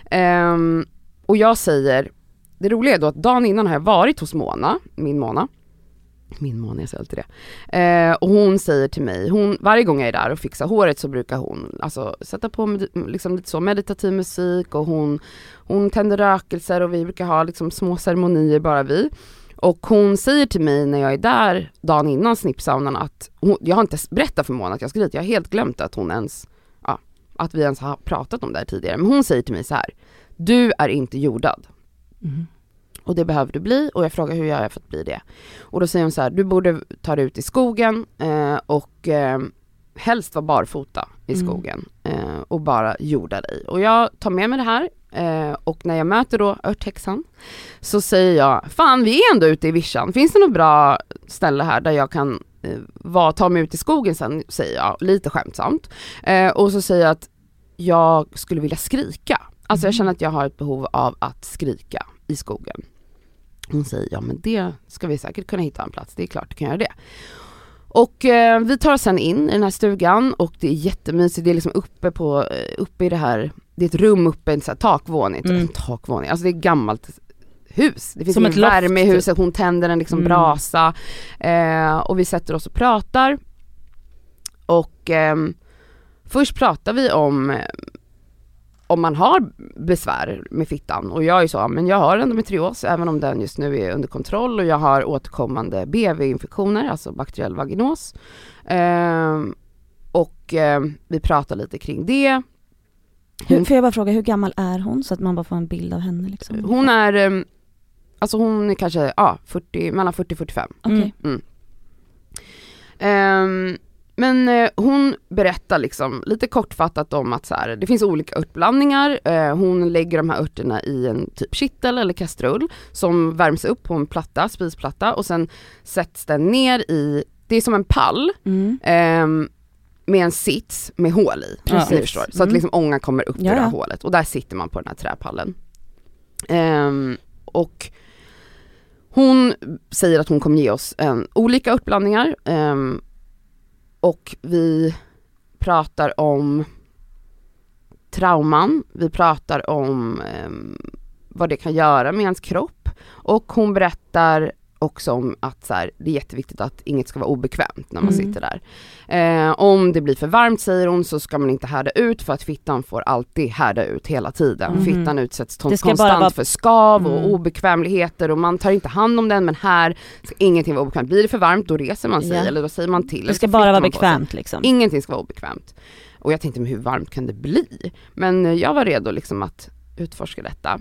Och jag säger, det roliga är då att dagen innan har jag varit hos Mona, min Mona, jag säger alltid det. Och hon säger till mig, varje gång jag är där och fixar håret så brukar hon alltså sätta på liksom lite så meditativ musik och hon tänder rökelser och vi brukar ha liksom små ceremonier bara vi. Och hon säger till mig när jag är där dagen innan snippsaunan att jag har inte berättat för Mona att jag ska dit. Jag har helt glömt att att vi ens har pratat om det här tidigare. Men hon säger till mig så här: du är inte jordad. Och det behöver du bli. Och jag frågar hur jag gör för att bli det. Och då säger hon så här: du borde ta dig ut i skogen och helst vara barfota i skogen och bara jorda dig. Och jag tar med mig det här och när jag möter då örthäxan så säger jag, fan vi är ändå ute i vischan. Finns det något bra ställe här där jag kan ta mig ut i skogen sen, säger jag lite skämtsamt. Och så säger jag att jag skulle vilja skrika. Alltså jag känner att jag har ett behov av att skrika i skogen. Hon säger, ja men det ska vi säkert kunna hitta en plats, det är klart du kan göra det. Och vi tar oss sen in i den här stugan och det är jättemysigt, det är liksom uppe i det här, det är ett rum uppe i en så här takvåning, takvåning, alltså det är ett gammalt hus. Det finns som ett värme i huset, hon tänder en liksom brasa och vi sätter oss och pratar och först pratar vi om man har besvär med fittan och jag är så, men jag har endometrios även om den just nu är under kontroll och jag har återkommande BV-infektioner, alltså bakteriell vaginos och vi pratar lite kring det. Får jag bara fråga, hur gammal är hon så att man bara får en bild av henne liksom? Hon är alltså hon är kanske mellan 40-45. Okej. Men hon berättar liksom lite kortfattat om att så här, det finns olika örtblandningar. Hon lägger de här örterna i en typ kittel eller kastrull som värms upp på en spisplatta och sen sätts den ner i, det är som en pall med en sits med hål i. Ni förstår. Så att liksom ångan kommer upp i det här hålet och där sitter man på den här träpallen. Och hon säger att hon kommer ge oss olika örtblandningar Och vi pratar om trauman, vi pratar om vad det kan göra med ens kropp, och hon berättar också om att så här, det är jätteviktigt att inget ska vara obekvämt när man sitter där. Om det blir för varmt, säger hon, så ska man inte härda ut, för att fittan får alltid härda ut hela tiden. Fittan utsätts konstant för skav och obekvämligheter, och man tar inte hand om den, men här ska ingenting vara obekvämt. Blir det för varmt, då reser man sig eller då säger man till. Det ska bara vara bekvämt liksom. Ingenting ska vara obekvämt. Och jag tänkte, men hur varmt kan det bli? Men jag var redo liksom att utforska detta.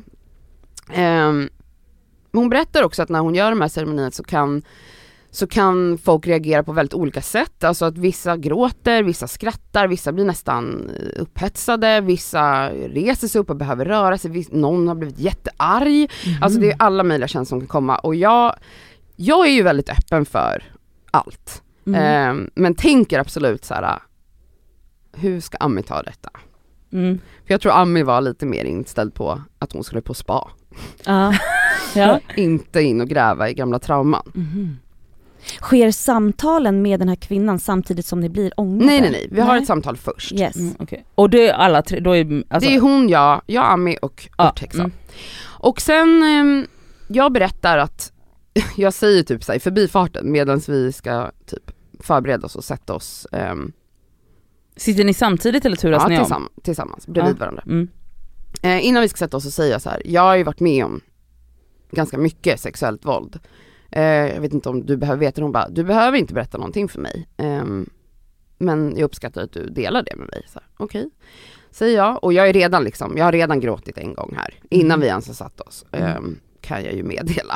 Hon berättar också att när hon gör de här ceremonierna så kan folk reagera på väldigt olika sätt. Alltså att vissa gråter, vissa skrattar, vissa blir nästan upphetsade, vissa reser sig upp och behöver röra sig, någon har blivit jättearg. Alltså det är alla möjliga känslor som kan komma, och jag är ju väldigt öppen för allt. Men tänker absolut så här: hur ska Ami ta detta? För jag tror Ami var lite mer inställd på att hon skulle på spa. Ja. Inte in och gräva i gamla trauman. Sker samtalen med den här kvinnan samtidigt som det blir ångest? Nej. Vi har ett samtal först. Yes. Okay. Och det är alla tre, då är alltså... Det är hon, jag, Ami och örthäxan. Och sen jag berättar att jag säger typ så här, i förbifarten medan vi ska typ förbereda oss och sätta oss. Sitter ni samtidigt eller turas ni om? Tillsammans, bredvid varandra. Innan vi ska sätta oss och säga så här: jag har ju varit med om ganska mycket sexuellt våld. Jag vet inte om du behöver veta. Hon bara, du behöver inte berätta någonting för mig. Men jag uppskattar att du delar det med mig. Okej, säger jag. Och jag har redan gråtit en gång här. Innan vi ens har satt oss. Kan jag ju meddela.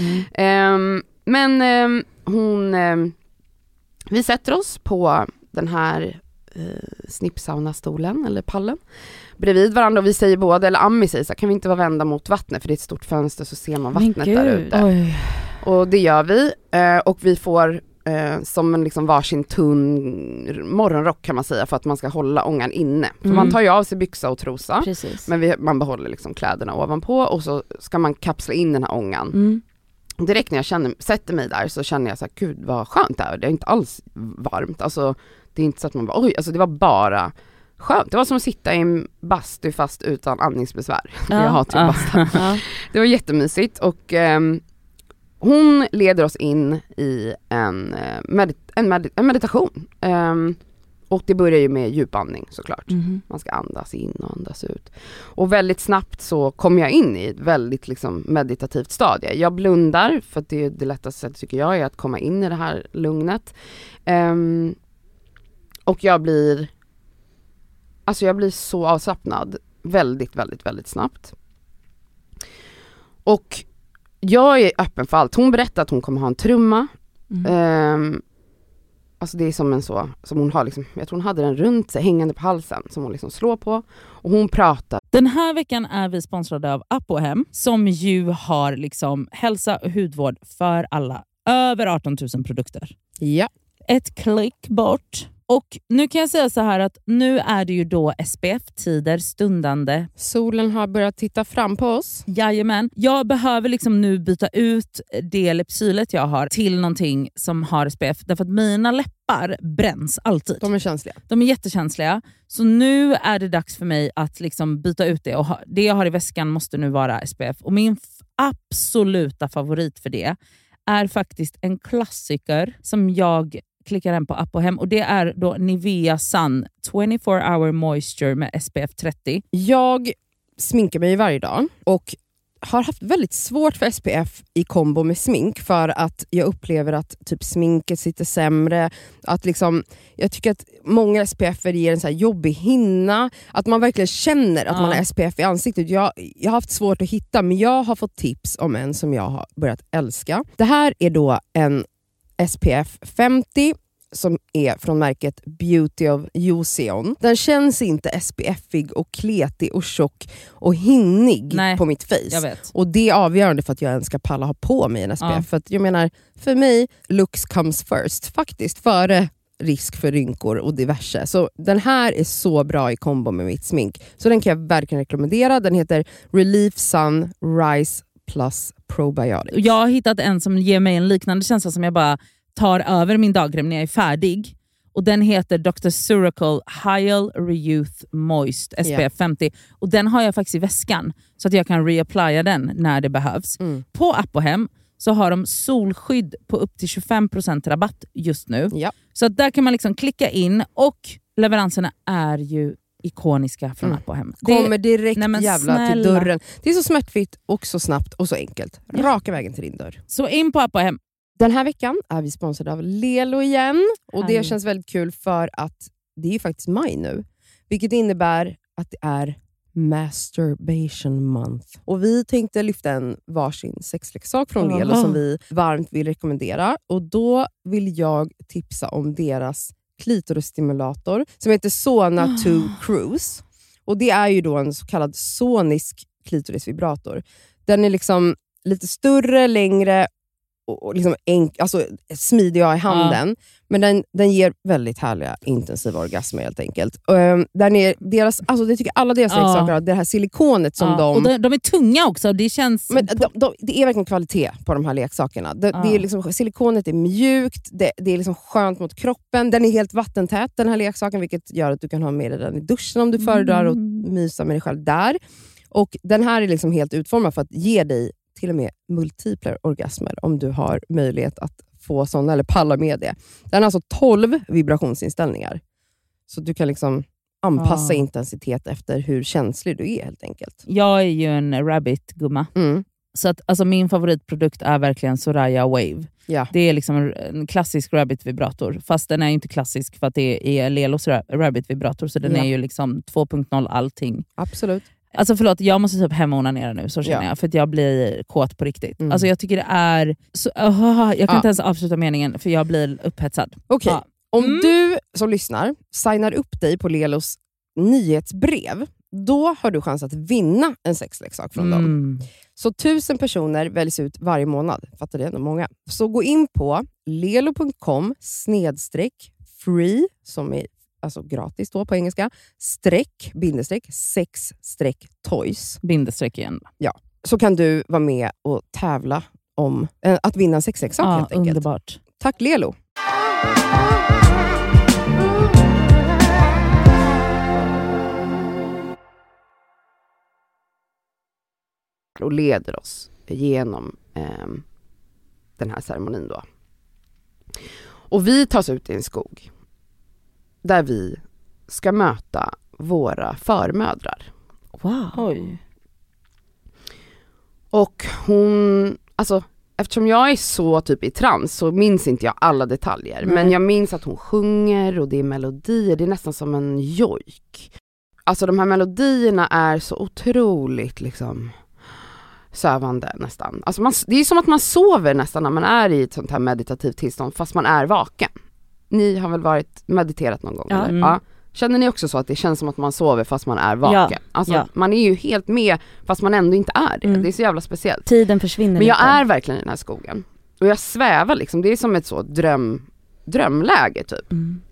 Vi sätter oss på den här snippsauna-stolen eller pallen bredvid varandra, och vi säger båda, eller Ami säger så här: kan vi inte vara vända mot vattnet, för det är ett stort fönster så ser man vattnet där ute. Oj. Och det gör vi, och vi får som en liksom varsin tunn morgonrock kan man säga, för att man ska hålla ångan inne. För man tar ju av sig byxa och trosa. Precis. Men man behåller liksom kläderna ovanpå, och så ska man kapsla in den här ångan. Direkt när jag sätter mig där så känner jag så här: gud vad skönt det är. Det är inte alls varmt. Alltså det är inte så att man bara, oj, alltså det var bara skönt. Det var som att sitta i en bastu fast utan andningsbesvär. Jag hatar ju bastu. Det var jättemysigt, och hon leder oss in i en meditation. Och det börjar ju med djupandning såklart. Man ska andas in och andas ut. Och väldigt snabbt så kommer jag in i ett väldigt liksom meditativt stadie. Jag blundar, för att det lättaste sättet tycker jag är att komma in i det här lugnet. Och jag blir så avslappnad väldigt, väldigt, väldigt snabbt. Och jag är öppen för allt. Hon berättar att hon kommer ha en trumma. Alltså det är som en så, som hon har liksom, jag tror hon hade den runt sig, hängande på halsen, som hon liksom slår på. Och hon pratar. Den här veckan är vi sponsrade av Apohem, som ju har liksom hälsa och hudvård för alla. Över 18 000 produkter. Ja. Ett klick bort. Och nu kan jag säga så här att nu är det ju då SPF-tider stundande. Solen har börjat titta fram på oss. Jajamän. Jag behöver liksom nu byta ut det läppsylet jag har till någonting som har SPF. Därför att mina läppar bränns alltid. De är känsliga. De är jättekänsliga. Så nu är det dags för mig att liksom byta ut det. Och det jag har i väskan måste nu vara SPF. Och min absoluta favorit för det är faktiskt en klassiker som jag klickar den på Apohem, och det är då Nivea Sun 24 Hour Moisture med SPF 30. Jag sminkar mig varje dag och har haft väldigt svårt för SPF i kombo med smink, för att jag upplever att typ sminket sitter sämre, att liksom, jag tycker att många SPF ger en så här jobbig hinna, att man verkligen känner att man har SPF i ansiktet. Jag har haft svårt att hitta, men jag har fått tips om en som jag har börjat älska. Det här är då en SPF 50 som är från märket Beauty of Joseon. Den känns inte SPF-ig och kletig och tjock och hinnig på mitt face. Jag vet. Och det är avgörande för att jag ens ska palla ha på mig en SPF. För att jag menar, för mig, looks comes first. Faktiskt, före risk för rynkor och diverse. Så den här är så bra i kombo med mitt smink. Så den kan jag verkligen rekommendera. Den heter Relief Sun Rise Plus Probiotics. Jag har hittat en som ger mig en liknande känsla, som jag bara tar över min dagkräm när jag är färdig. Och den heter Dr. Suracle Hyal Reyouth Moist SPF 50. Och den har jag faktiskt i väskan. Så att jag kan reapplya den när det behövs. På Apohem så har de solskydd på upp till 25% rabatt just nu. Ja. Så att där kan man liksom klicka in. Och leveranserna är ju ikoniska från Apohem. Kommer direkt till dörren. Det är så smärtfritt och så snabbt och så enkelt. Raka vägen till din dörr. Så in på Apohem. Den här veckan är vi sponsrade av Lelo igen. Och det känns väldigt kul för att det är ju faktiskt maj nu. Vilket innebär att det är Masturbation Month. Och vi tänkte lyfta en varsin sexleksak från Lelo som vi varmt vill rekommendera. Och då vill jag tipsa om deras klitorisstimulator som heter Sona 2 Cruise. Och det är ju då en så kallad sonisk klitorisvibrator. Den är liksom lite större, längre och liksom alltså smidig i handen. Men den ger väldigt härliga intensiva orgasmer helt enkelt. Den är deras, alltså det tycker alla deras leksaker, det här silikonet som och de är tunga också. Det känns men det är verkligen kvalitet på de här leksakerna. Det är liksom, silikonet är mjukt, det är liksom skönt mot kroppen. Den är helt vattentät den här leksaken, vilket gör att du kan ha med den i duschen om du föredrar och mysa med dig själv där. Och den här är liksom helt utformad för att ge dig till och med multipla orgasmer om du har möjlighet att få sådana eller palla med det. Den har alltså 12 vibrationsinställningar. Så du kan liksom anpassa intensitet efter hur känslig du är helt enkelt. Jag är ju en rabbit-gumma. Så att, alltså, min favoritprodukt är verkligen Soraya Wave. Ja. Det är liksom en klassisk rabbit-vibrator. Fast den är inte klassisk för att det är Lelos rabbit-vibrator. Så den är ju liksom 2.0 allting. Absolut. Alltså förlåt, jag måste typ hemonanera nu, så känner jag. För att jag blir kåt på riktigt. Alltså jag tycker det är så, jag kan inte ens avsluta meningen för jag blir upphetsad. Okej. Om du som lyssnar signar upp dig på Lelos nyhetsbrev, då har du chans att vinna en sexleksak från dem. Så 1000 personer väljs ut varje månad. Fattar det ändå många. Så gå in på lelo.com/free, som är alltså gratis då på engelska, /sex/toys. Bindestreck igen. Ja, så kan du vara med och tävla om att vinna en sexleksak helt enkelt. Underbart. Tack Lelo. Och leder oss genom den här ceremonin då. Och vi tas ut i en skog där vi ska möta våra förmödrar. Wow. Oj. Och hon, alltså eftersom jag är så typ i trans så minns inte jag alla detaljer. Nej. Men jag minns att hon sjunger och det är melodier, det är nästan som en jojk. Alltså de här melodierna är så otroligt liksom sövande nästan. Alltså det är som att man sover nästan när man är i ett sånt här meditativt tillstånd fast man är vaken. Ni har väl mediterat någon gång? Eller? Ja. Känner ni också så att det känns som att man sover fast man är vaken? Alltså man är ju helt med fast man ändå inte är det. Det är så jävla speciellt. Tiden försvinner. Men jag är verkligen i den här skogen. Och jag svävar liksom. Det är som ett så drömläge typ.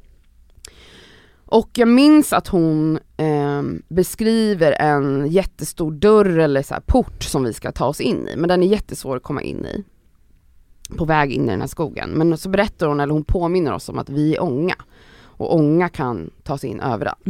Och jag minns att hon beskriver en jättestor dörr eller så här port som vi ska ta oss in i. Men den är jättesvår att komma in i. På väg in i den här skogen. Men så berättar hon, eller hon påminner oss om att vi är ånga. Och ånga kan ta sig in överallt.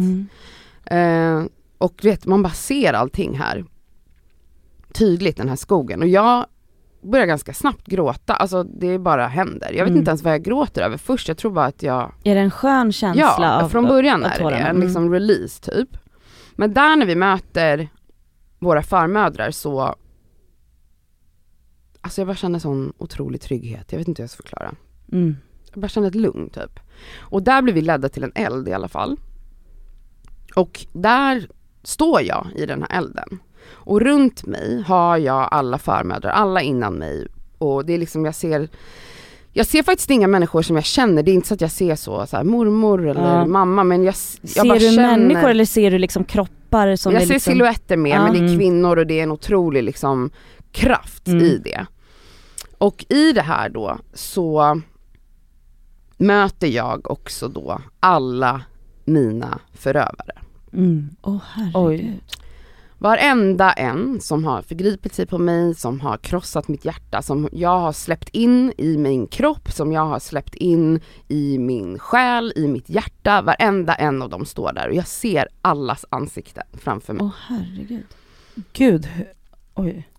Och vet, man bara ser allting här. Tydligt, den här skogen. Och jag börjar ganska snabbt gråta. Alltså det bara händer. Jag vet inte ens vad jag gråter över först. Jag tror bara att jag... Är det en skön känsla? Ja, från början är det en liksom release typ. Men där när vi möter våra förmödrar så... Alltså jag bara känner sån otrolig trygghet. Jag vet inte hur jag ska förklara. Jag bara känner ett lugn typ. Och där blir vi ledda till en eld i alla fall. Och där står jag i den här elden. Och runt mig har jag alla förmödrar, alla innan mig. Och det är liksom jag ser faktiskt inga människor som jag känner. Det är inte så att jag ser så här, mormor eller mamma. Men jag ser bara du känner... människor eller ser du liksom kroppar? Som jag är ser liksom... silhuetter med, men det är kvinnor och det är en otrolig liksom kraft i det. Och i det här då så möter jag också då alla mina förövare. Herregud. Varenda en som har förgripit sig på mig, som har krossat mitt hjärta, som jag har släppt in i min kropp, som jag har släppt in i min själ, i mitt hjärta, varenda en av dem står där och jag ser allas ansikten framför mig. Åh herregud. Gud. Oj.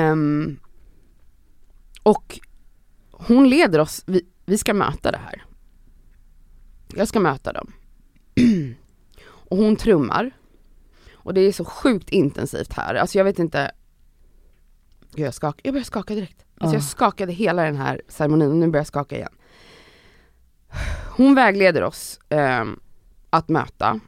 Och hon leder oss, vi ska möta det här. Jag ska möta dem. Och hon trummar. Och det är så sjukt intensivt här. Alltså jag vet inte. Jag börjar skaka direkt. Alltså jag skakade hela den här ceremonin och nu börjar jag skaka igen. Hon vägleder oss att möta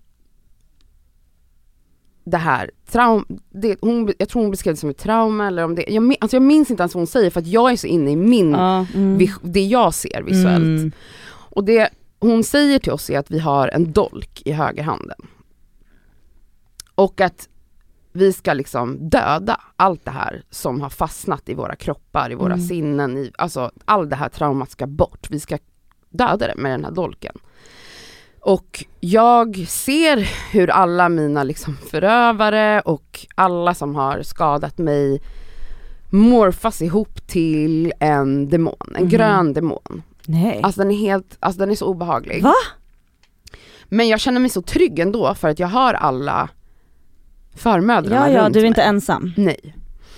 det här jag tror hon beskrev det som ett trauma eller om det, jag minns inte ens vad hon säger för att jag är så inne i min det jag ser visuellt. Och det hon säger till oss är att vi har en dolk i högerhanden. Och att vi ska liksom döda allt det här som har fastnat i våra kroppar, i våra sinnen, alltså all det här traumat ska bort. Vi ska döda det med den här dolken. Och jag ser hur alla mina liksom förövare och alla som har skadat mig morfas ihop till en demon, en grön demon. Nej. Alltså den är så obehaglig. Va? Men jag känner mig så trygg ändå för att jag har alla förmödrarna Ja, runt du är mig. inte ensam. Nej.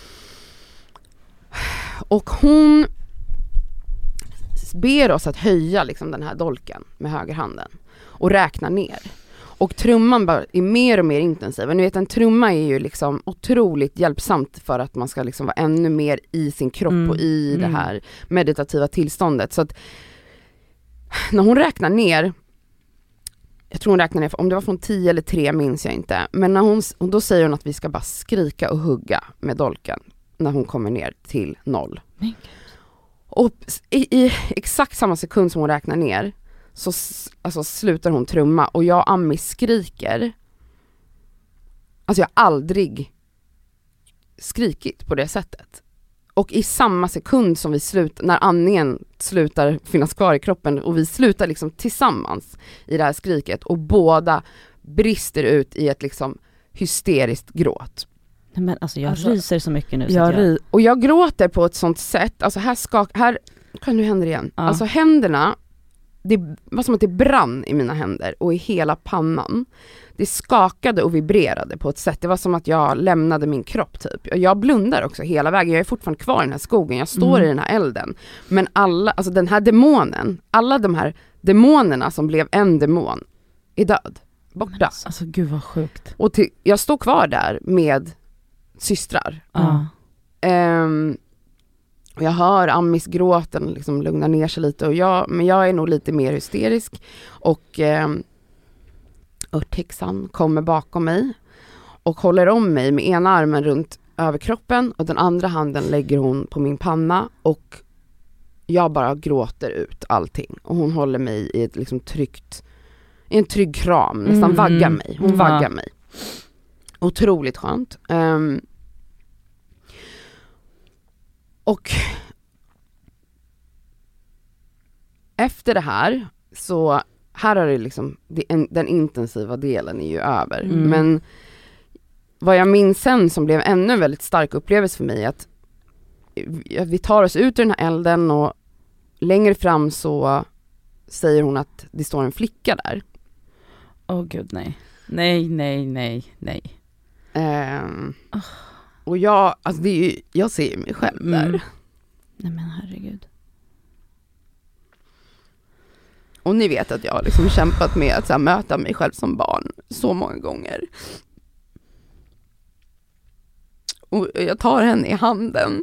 Och hon ber oss att höja liksom den här dolken med högerhanden och räkna ner. Och trumman bara är mer och mer intensiv. Och ni vet, en trumma är ju liksom otroligt hjälpsamt för att man ska liksom vara ännu mer i sin kropp och i det här meditativa tillståndet. Så att när hon räknar ner, jag tror hon räknar ner, om det var från 10 eller 3 minns jag inte. Men när då säger hon att vi ska bara skrika och hugga med dolken när hon kommer ner till 0. Och i exakt samma sekund som hon räknar ner så alltså, slutar hon trumma och jag och Ami skriker. Alltså jag har aldrig skrikit på det sättet. Och i samma sekund som vi när andningen slutar finnas kvar i kroppen och vi slutar liksom tillsammans i det här skriket och båda brister ut i ett liksom hysteriskt gråt. Nej, men alltså jag ryser så mycket nu. Och jag gråter på ett sånt sätt, alltså här kan nu händer igen. Ja. Alltså händerna, det var som att det brann i mina händer och i hela pannan. Det skakade och vibrerade på ett sätt. Det var som att jag lämnade min kropp typ. Jag blundar också hela vägen. Jag är fortfarande kvar i den här skogen. Jag står i den här elden. Men alltså den här demonen, alla de här demonerna som blev en demon är död. Borta. Alltså gud vad sjukt. Och jag står kvar där med systrar. Och jag hör Amis gråten liksom lugna ner sig lite. Men jag är nog lite mer hysterisk. Och örthäxan kommer bakom mig och håller om mig med ena armen runt överkroppen och den andra handen lägger hon på min panna och jag bara gråter ut allting. Och hon håller mig i ett liksom en trygg kram, nästan vaggar mig. Hon vaggar mig. Otroligt skönt. Och efter det här så här är det liksom den intensiva delen är ju över. Men vad jag minns sen som blev ännu en väldigt stark upplevelse för mig att vi tar oss ut ur den här elden och längre fram så säger hon att det står en flicka där. Åh gud, nej. Nej. Och alltså det är ju, jag ser mig själv där. Nej men herregud. Och ni vet att jag har liksom kämpat med att så här, möta mig själv som barn så många gånger. Och jag tar henne i handen.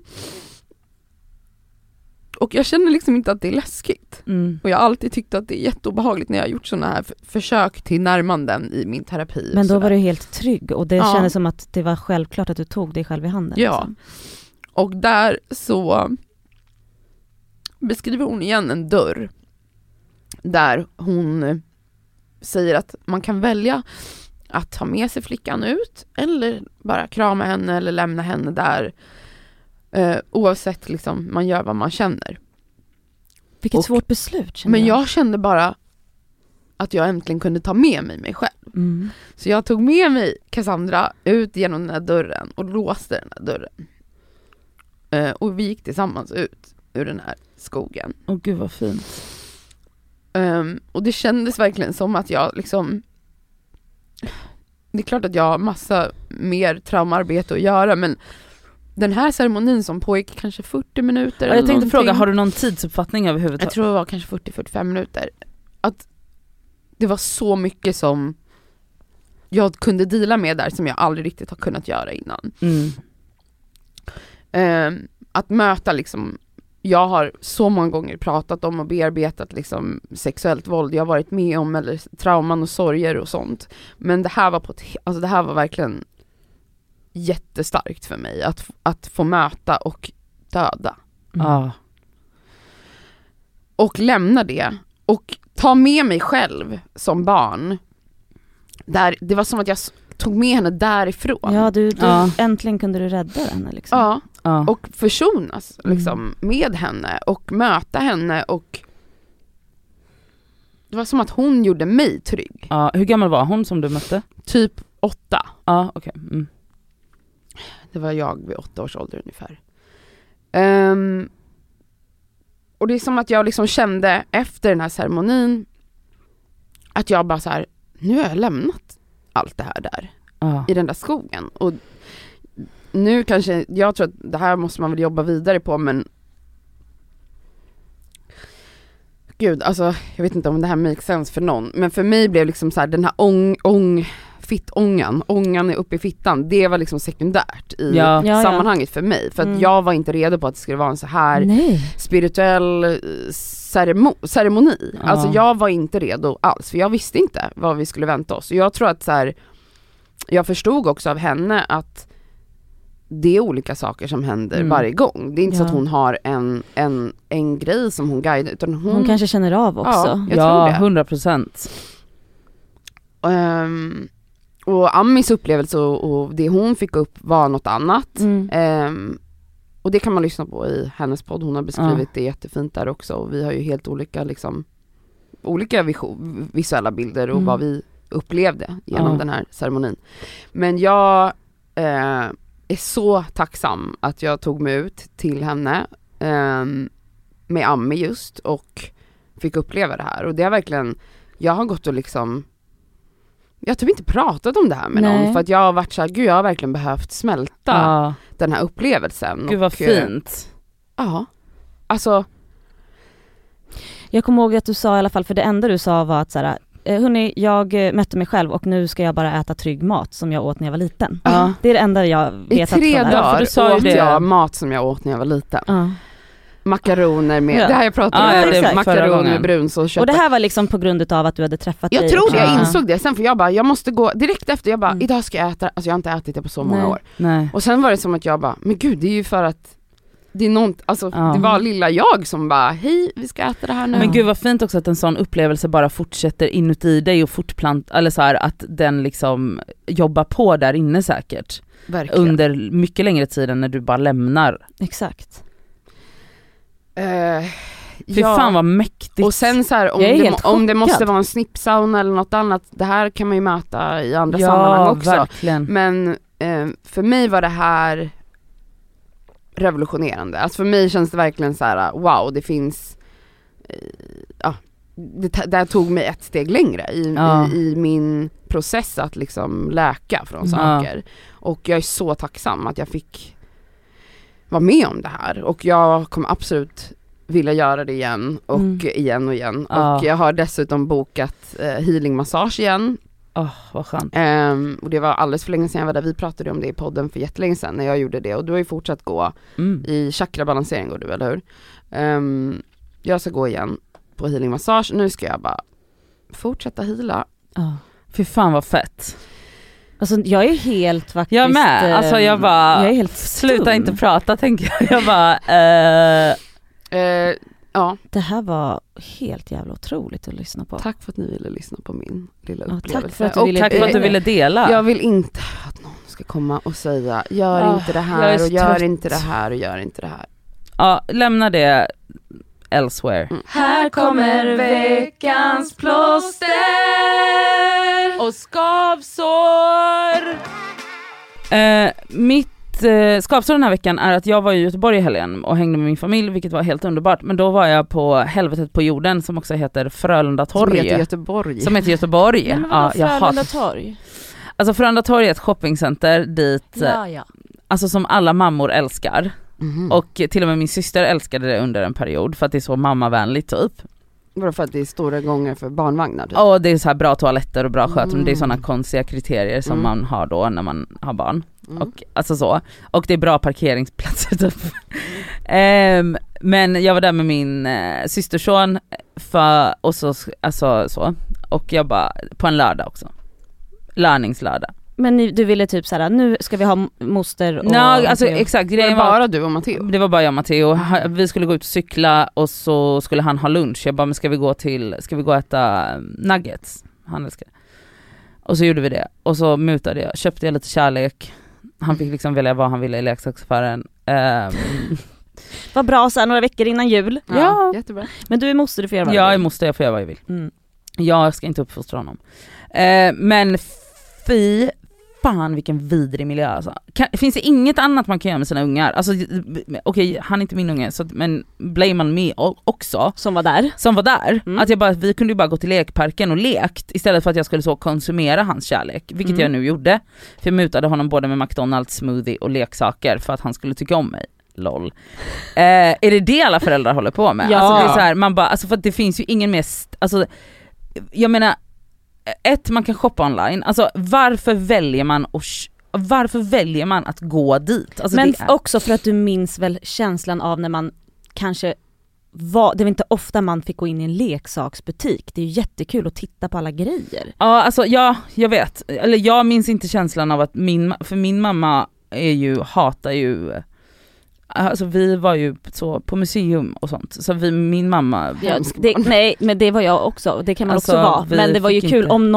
Och jag känner liksom inte att det är läskigt. Och jag har alltid tyckt att det är jätteobehagligt när jag har gjort sådana här försök till närmanden i min terapi. Men då var du helt trygg och det kändes som att det var självklart att du tog dig själv i handen. Ja. Liksom. Och där så beskriver hon igen en dörr. Där hon säger att man kan välja att ta med sig flickan ut eller bara krama henne eller lämna henne där. Oavsett liksom, man gör vad man känner. Vilket svårt beslut känner men jag kände bara att jag äntligen kunde ta med mig själv. Så jag tog med mig Cassandra ut genom den här dörren och låste den här dörren. Och vi gick tillsammans ut ur den här skogen. Åh gud vad fint. Och det kändes verkligen som att jag liksom... Det är klart att jag har massa mer traumaarbete att göra, men den här ceremonin som pågick kanske 40 minuter. Jag tänkte fråga, har du någon tidsuppfattning överhuvudtaget? Jag tror det var kanske 40-45 minuter. Att det var så mycket som jag kunde deala med där som jag aldrig riktigt har kunnat göra innan. Att möta liksom, jag har så många gånger pratat om och bearbetat liksom sexuellt våld jag har varit med om, eller trauman och sorger och sånt. Men det här var det här var verkligen jättestarkt för mig att få möta och döda. Och lämna det och ta med mig själv som barn. Det var som att jag tog med henne därifrån. Ja, du äntligen kunde du rädda henne liksom. Ja. Och försonas liksom med henne och möta henne, och det var som att hon gjorde mig trygg. Ja, hur gammal var hon som du mötte? Typ 8. Ja, okej. Det var jag vid 8 års ålder ungefär. Och det är som att jag liksom kände efter den här ceremonin att jag bara så här, nu har jag lämnat allt det här där i den där skogen. Och nu kanske, jag tror att det här måste man väl jobba vidare på, men gud, alltså jag vet inte om det här makes sense för någon, men för mig blev liksom så här, den här ångan är uppe i fittan, det var liksom sekundärt i sammanhanget för mig, för att jag var inte redo på att det skulle vara en så här spirituell ceremoni. Alltså jag var inte redo alls, för jag visste inte vad vi skulle vänta oss. Och jag tror att så här, jag förstod också av henne att det är olika saker som händer varje gång. Det är inte så att hon har en grej som hon guidar, utan hon kanske känner av också. Jag tror det. 100%. Och Amis upplevelse och det hon fick upp var något annat. Och det kan man lyssna på i hennes podd. Hon har beskrivit det jättefint där också. Och vi har ju helt olika liksom, olika visuella bilder och vad vi upplevde genom den här ceremonin. Men jag är så tacksam att jag tog mig ut till henne med Ami just och fick uppleva det här. Och det är verkligen, jag har gått och liksom, jag har typ inte pratat om det här med någon, för att jag har varit så här, gud, jag har verkligen behövt smälta den här upplevelsen. Gud vad fint. Ja, alltså. Jag kommer ihåg att du sa i alla fall, för det enda du sa var att så här, hörni, jag mötte mig själv och nu ska jag bara äta trygg mat som jag åt när jag var liten. Det är det enda jag vet. I 3 dagar åt jag mat som jag åt när jag var liten. Makaroner med, det här jag pratade om, makaroner med brunsås och kött. Och det här var liksom på grund av att du hade träffat dig. Jag tror det, jag insåg det sen, för jag bara, jag måste gå direkt efter, jag bara, idag ska jag äta, alltså jag har inte ätit det på så många år. Och sen var det som att jag bara, men gud, det är ju för att det är något, alltså det var lilla jag som bara, hej, vi ska äta det här nu. Men gud vad fint också att en sån upplevelse bara fortsätter inuti dig och eller så här, att den liksom jobbar på där inne säkert. Verkligen. Under mycket längre tid än när du bara lämnar. Exakt. Fy fan vad mäktigt. Och sen så här, om det måste vara en snippsauna eller något annat, det här kan man ju möta i andra sammanhang också. Verkligen. Men för mig var det här revolutionerande. Alltså för mig känns det verkligen så här, wow, det finns det tog mig ett steg längre i min process att liksom läka från saker. Och jag är så tacksam att jag fick vara med om det här, och jag kommer absolut vilja göra det igen och igen och igen. Och jag har dessutom bokat healingmassage igen. Vad skönt. Och det var alldeles för länge sedan jag var där. Vi pratade om det i podden för jättelänge sedan när jag gjorde det, och du har ju fortsatt gå i chakrabalansering, går du, eller hur? Jag ska gå igen på healingmassage. Nu ska jag bara fortsätta heala. Fy fan vad fett. Alltså jag är helt faktiskt... Jag med, alltså jag bara... Jag är helt sluta inte prata, tänker jag. Jag bara... Ja. Det här var helt jävla otroligt att lyssna på. Tack för att ni ville lyssna på min lilla upplevelse. Tack för att du ville dela. Jag vill inte att någon ska komma och säga, gör inte det här och gör inte det här och gör inte det här. Ja, lämna det. elsewhere. Här kommer veckans plåster och skavsår. Mitt skavsår den här veckan är att jag var i Göteborg i helgen och hängde med min familj, vilket var helt underbart. Men då var jag på Helvetet på jorden, som också heter Frölunda torg. Som heter Göteborg. Ja, Frölunda torg? Alltså Frölunda torg är ett shoppingcenter dit, alltså som alla mammor älskar. Och till och med min syster älskade det under en period för att det är så mammavänligt typ. Vadå, för att det är stora gånger för barnvagnar? Typ? Och det är så här bra toaletter och bra skötrum. Det är sådana konstiga kriterier som man har då när man har barn. Och, alltså så. Och det är bra parkeringsplatser typ. Men jag var där med min systerson och så, alltså, så. Och jag bara, på en lördag också. Lörningslördag. Men du ville typ såhär, nu ska vi ha moster och... alltså exakt. Det var bara du och Matteo? Det var bara jag och Matteo. Vi skulle gå ut och cykla och så skulle han ha lunch. Jag bara, men ska vi gå och äta nuggets? Han älskar det. Och så gjorde vi det. Och så mutade jag, köpte jag lite kärlek. Han fick liksom välja vad han ville i leksaksaffären. Vad bra så här, några veckor innan jul. Ja, jättebra. Men du är moster, du får göra vad du vill. Jag är moster, jag får göra vad jag vill. Jag ska inte uppfostra honom. Men fy fan vilken vidrig miljö alltså. Finns det inget annat man kan göra med sina ungar? Alltså okej, han är inte min unge, men blame on me också. Som var där. Att vi kunde ju bara gå till lekparken och lekt istället för att jag skulle så konsumera hans kärlek, vilket jag nu gjorde. För jag mutade honom både med McDonald's, smoothie och leksaker för att han skulle tycka om mig. Lol. Är det alla föräldrar håller på med? Ja. Alltså det är så här, man bara, alltså för att det finns ju ingen mer alltså jag menar, man kan shoppa online. Alltså varför väljer man att gå dit? Alltså, men också för att du minns väl känslan av när man kanske det var inte ofta man fick gå in i en leksaksbutik. Det är ju jättekul att titta på alla grejer. Ja, alltså jag vet. Eller jag minns inte känslan av att min mamma hatar ju. Alltså vi var ju så på museum och sånt. Så min mamma... Ja, nej, men det var jag också. Det kan man också vara. Men det var ju kul om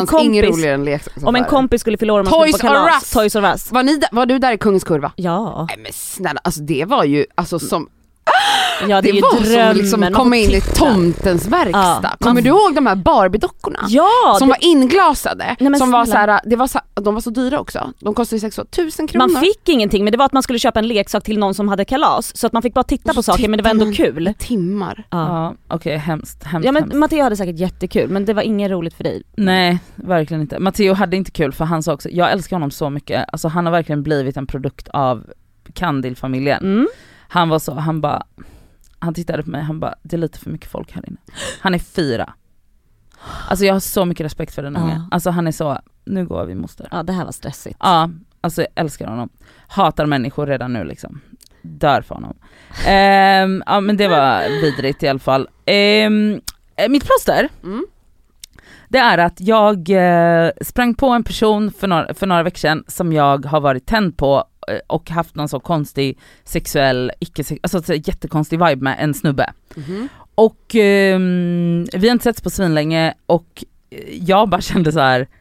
en kompis skulle förlora man Toys på kalas. Toys R Us. Var du där i Kungens Kurva? Ja. Nej men snälla, alltså det var ju alltså som... Ja, det var drömmen, som liksom komma in i tomtens verkstad. Ja. Kommer du ihåg de här Barbie-dockorna? Ja, som var inglasade. Nej, som var så här, de var så dyra också. De kostade 6 000 kronor. Man fick ingenting, men det var att man skulle köpa en leksak till någon som hade kalas. Så att man fick bara titta på saker, men det var ändå kul. Timmar. Ja, okej, hemskt. Ja, men Matteo hade säkert jättekul, men det var inget roligt för dig. Nej, verkligen inte. Matteo hade inte kul, för han sa också, jag älskar honom så mycket. Alltså han har verkligen blivit en produkt av Kandil-familjen. Han var så, han tittade på mig, han bara, det är lite för mycket folk här inne. Han är 4. Alltså jag har så mycket respekt för den unge. Alltså han är så, nu går vi moster. Ja, det här var stressigt. Ja, alltså jag älskar honom. Hatar människor redan nu liksom. Dör för honom. Ja, men det var vidrigt i alla fall. Mitt plåster, det är att jag sprang på en person för några veckor sedan som jag har varit tänd på och haft någon så konstig sexuell, alltså jättekonstig vibe med en snubbe. Och vi har inte setts på svinlänge och jag bara kände så här: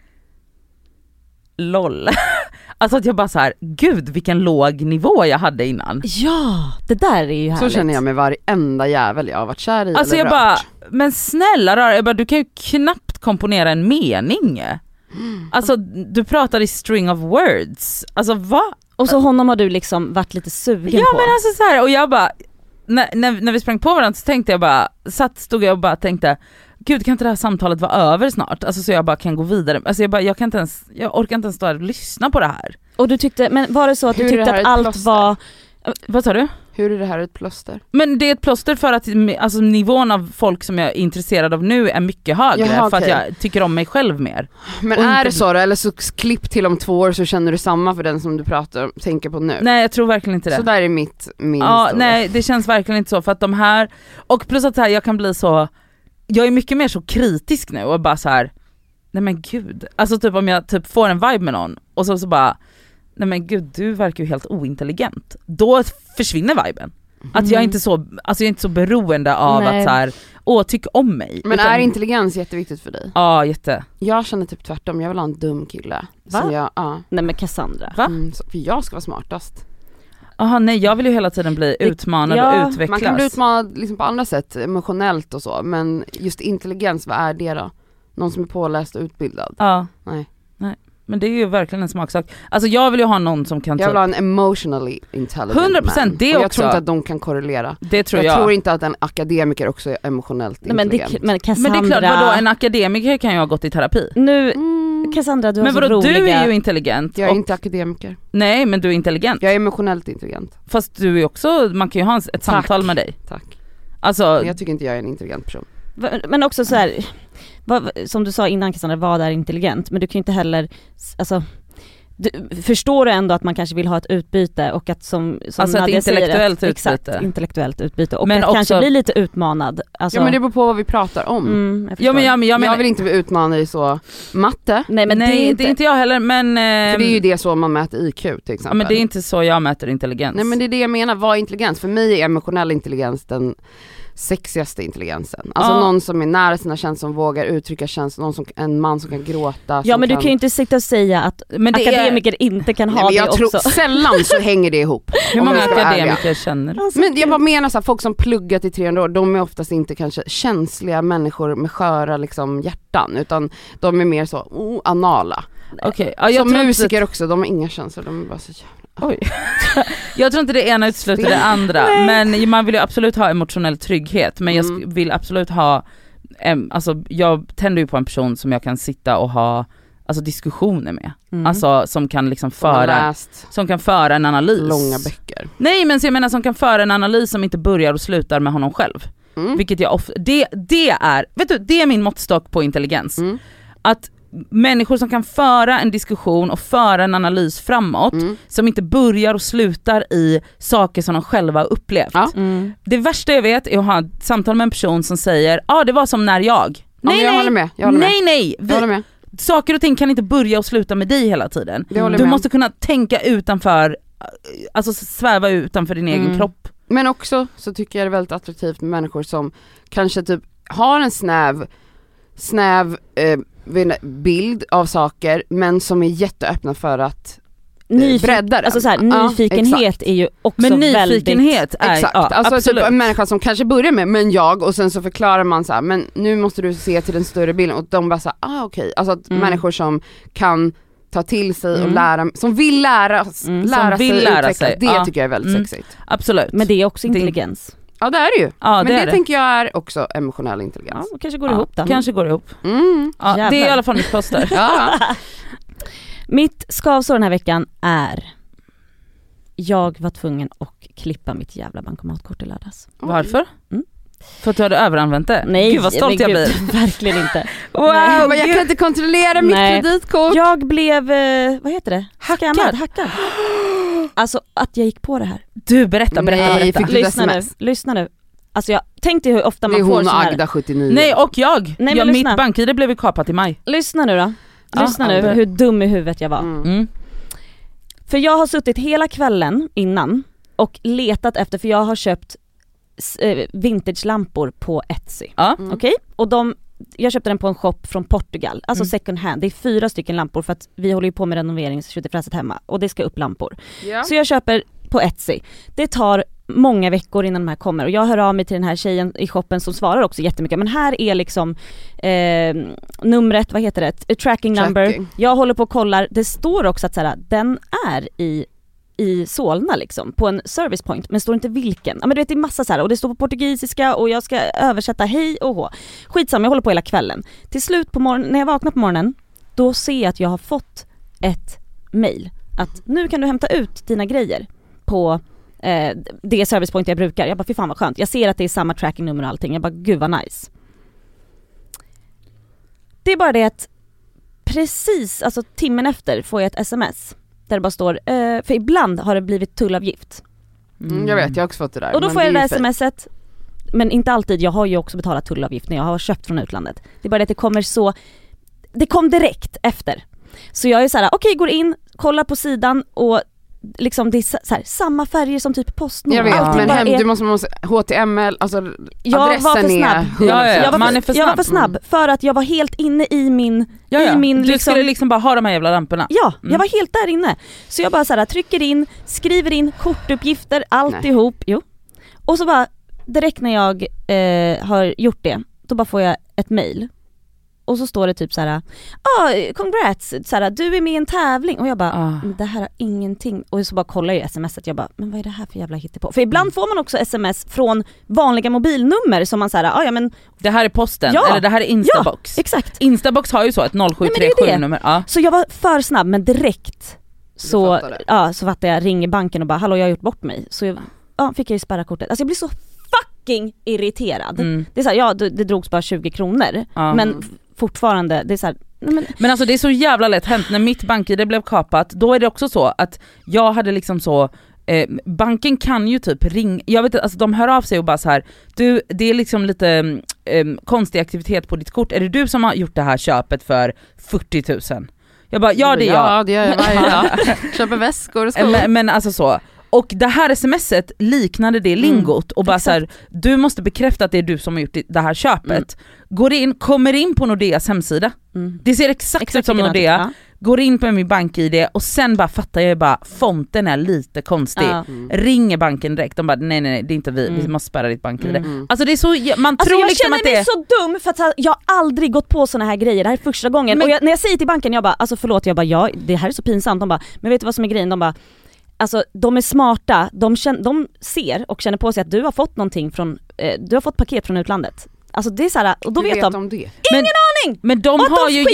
LOL. Alltså att jag bara så här, gud vilken låg nivå jag hade innan. Ja, det där är ju härligt. Så känner jag med varenda jävel jag har varit kär i. Alltså eller jag bara, men snälla rör, jag bara, du kan ju knappt komponera en mening. Alltså du pratar i string of words. Alltså vad? Och så honom har du liksom varit lite sugen på. Ja men alltså så här, och jag bara när vi sprang på varandra så tänkte jag bara, stod jag och bara tänkte, gud kan inte det här samtalet vara över snart? Alltså så jag bara kan gå vidare. Alltså jag orkar inte ens stå här och lyssna på det här. Och du tyckte, men var det så att du tyckte att allt var... Vad sa du? Hur är det här ett plåster? Men det är ett plåster för att alltså, nivån av folk som jag är intresserad av nu är mycket högre. Jaha, för att jag tycker om mig själv mer. Men är det så då? Eller så klipp till om 2 år så känner du samma för den som du tänker på nu? Nej, jag tror verkligen inte det. Så där är min historia. Nej, det känns verkligen inte så. För att de här, och plus att här, jag kan bli så, jag är mycket mer så kritisk nu och bara så här, nej men gud. Alltså typ om jag typ får en vibe med någon och så bara, nej men gud, du verkar ju helt ointelligent. Då försvinner viben. Att jag är inte så beroende av att så här, tyck om mig. Men är intelligens jätteviktigt för dig? Ja, jätte. Jag känner typ tvärtom, jag vill ha en dum kille. Va? Som Nej men Cassandra. Va? För jag ska vara smartast. Aha, nej, jag vill ju hela tiden bli utmanad och utvecklas. Man kan bli utmanad liksom på andra sätt, emotionellt och så, men just intelligens, vad är det då? Någon som är påläst och utbildad? Ja. Nej. Men det är ju verkligen en smaksak. Alltså jag vill ju ha någon som kan... Jag vill ha en emotionally intelligent 100% man. det och jag också. tror inte att de kan korrelera. Det tror jag. Jag tror inte att en akademiker också är emotionellt intelligent. Men Cassandra... Men det är klart, vadå, en akademiker kan ju ha gått i terapi. Nu, Cassandra, du har men så vadå, roliga... du är ju intelligent. Jag är inte akademiker. Nej, men du är intelligent. Jag är emotionellt intelligent. Fast du är också, man kan ju ha ett samtal med dig. Tack. Alltså... Men jag tycker inte jag är en intelligent person. Men också så här, som du sa innan Cassandra, vad är intelligent? Men du kan ju inte heller, alltså... förstår du ändå att man kanske vill ha ett utbyte och att som alltså ett intellektuellt säger, utbyte. Exakt, intellektuellt utbyte och men att också, kanske bli lite utmanad. Alltså, ja, men det beror på vad vi pratar om. Jag vill inte bli utmanad i så matte. Nej, men det är inte jag heller, men... För det är ju det så man mäter IQ till exempel. Ja, men det är inte så jag mäter intelligens. Nej, men det är det jag menar, vad är intelligens? För mig är emotionell intelligens den sexigaste intelligensen. Alltså någon som är nära sina känslor, som vågar uttrycka känslor, en man som kan gråta. Ja, men du kan ju inte sitta och säga att akademiker inte kan ha det jag också. tror sällan så hänger det ihop. Hur många akademiker känner? Alltså, men jag bara menar så här, folk som pluggat i 300 år, de är oftast inte kanske känsliga människor med sköra liksom hjärtan, utan de är mer så anala. Okay. Som musiker också, de har inga känslor, de är bara så jävla... Oj. Jag tror inte det ena utesluter det andra. Men man vill ju absolut ha emotionell trygghet. Men jag vill absolut ha alltså jag tänder ju på en person som jag kan sitta och ha alltså diskussioner med. Alltså som kan liksom föra en analys. Långa böcker. Nej, men så jag menar som kan föra en analys som inte börjar och slutar med honom själv. Vilket jag ofta, det är, vet du, det är min måttstock på intelligens. Att människor som kan föra en diskussion och föra en analys framåt som inte börjar och slutar i saker som de själva har upplevt. Det värsta jag vet är att ha ett samtal med en person som säger det var som när jag. Jag håller med. Saker och ting kan inte börja och sluta med dig hela tiden. Du måste kunna tänka utanför, alltså sväva utanför din egen kropp. Men också så tycker jag det är väldigt attraktivt med människor som kanske typ har en snäv bild av saker, men som är jätteöppna för att bredda den. Alltså så här, nyfikenhet är ju också men nyfikenhet väldigt... Exakt, alltså typ en människa som kanske börjar med men jag, och sen så förklarar man så här, men nu måste du se till den större bilden, och de bara så här, okej. Alltså att människor som kan ta till sig och lära, som vill lära sig. Det tycker jag är väldigt sexigt. Absolut. Men det är också intelligens. Ja, det är det ju. Ja, men det tänker jag är också emotionell intelligens. Ja, kanske går ihop då. Kanske går ihop. Ja, det är i alla fall mitt poster. Mitt skavsår den här veckan är jag var tvungen att klippa mitt jävla bankomatkort i lördags. Varför? För att du hade överanvänt det? Nej, gud vad stolt jag blir. Verkligen inte. Wow, men jag kan inte kontrollera mitt kreditkort. Jag blev, vad heter det? Hackad. Alltså att jag gick på det här. Du, berätta. Lyssna nu. Alltså jag tänkte hur ofta man får sån här... Agda 79. Nej, och jag. Mitt bank-id blev kapat i maj. Lyssna nu då. Hur dum i huvudet jag var. För jag har suttit hela kvällen innan och letat efter, för jag har köpt vintage-lampor på Etsy. Okej? Och jag köpte den på en shop från Portugal, alltså second hand. Det är 4 stycken lampor för att vi håller ju på med renoveringsfräset hemma och det ska upp lampor. Så jag köper på Etsy. Det tar många veckor innan de här kommer, och jag hör av mig till den här tjejen i shoppen som svarar också jättemycket, men här är liksom numret, vad heter det? Tracking number. Jag håller på och kollar, det står också att såhär, den är i Solna liksom, på en service point, men står inte vilken. Ja, men du vet, det är massa så här, och det står på portugisiska och jag ska översätta hej och hå. Skitsamma, jag håller på hela kvällen. Till slut på morgonen, när jag vaknar på morgonen, då ser jag att jag har fått ett mejl att nu kan du hämta ut dina grejer på det service point jag brukar. Jag bara, fy fan vad skönt. Jag ser att det är samma tracking-nummer och allting. Jag bara, gud vad nice. Det är bara det att precis, alltså timmen efter får jag ett sms där det bara står, för ibland har det blivit tullavgift. Jag vet, jag har också fått det där. Och då får jag det där smset, men inte alltid, jag har ju också betalat tullavgift när jag har köpt från utlandet. Det är bara det att det kom direkt efter. Så jag är så här, okej, går in, kollar på sidan och liksom det är så här, samma färger som typ Postnord. Jag vet, men du måste HTML, alltså adressen är... Jag var för snabb för att jag var helt inne i min... Du skulle liksom bara ha de här jävla lamporna. Ja, jag var helt där inne. Så jag bara så här, trycker in, skriver in kortuppgifter, alltihop. Jo. Och så bara, direkt när jag har gjort det, då bara får jag ett mejl. Och så står det typ så här: congrats, så här, du är med i en tävling. Och jag bara, det här har ingenting. Och så bara kollar jag smset, jag bara, men vad är det här för jävla hittepå? För ibland får man också sms från vanliga mobilnummer som man säger, men det här är posten, eller det här är Instabox. Ja, exakt. Instabox har ju så ett 0737-nummer. Ja. Så jag var för snabb, men direkt så fattade jag, ringer banken och bara, hallå, jag har gjort bort mig. Så fick jag ju spärra kortet. Alltså jag blir så fucking irriterad. Det är så här, det drogs bara 20 kronor. Men fortfarande, det är så här, men alltså det är så jävla lätt hänt. När mitt BankID blev kapat, då är det också så att jag hade liksom så banken kan ju typ ringa, jag vet inte, alltså de hör av sig och bara så här: du, det är liksom lite konstig aktivitet på ditt kort, är det du som har gjort det här köpet för 40 000? Jag bara, ja det är jag. Ja, det gör jag varje dag. Köper väskor och skor. Men alltså så. Och det här smset liknade det lingot och bara så här, du måste bekräfta att det är du som har gjort det här köpet. Kommer in på Nordeas hemsida. Det ser exakt ut som Nordea. Går in på min BankID och sen bara fattar jag bara, fonten är lite konstig. Ringer banken direkt, de bara nej det är inte vi måste spärra ditt BankID. Alltså det är så, man tror jag liksom att det är... Jag känner mig så dum för att jag har aldrig gått på såna här grejer, det här är första gången. Och när jag säger till banken, jag bara, alltså förlåt, jag bara, det här är så pinsamt. De bara, men vet du vad som är grejen? De bara, alltså de är smarta, de ser och känner på sig att du har fått någonting från, du har fått paket från utlandet. Alltså det är så här, och då vet de det. Ingen aning! Men de har ju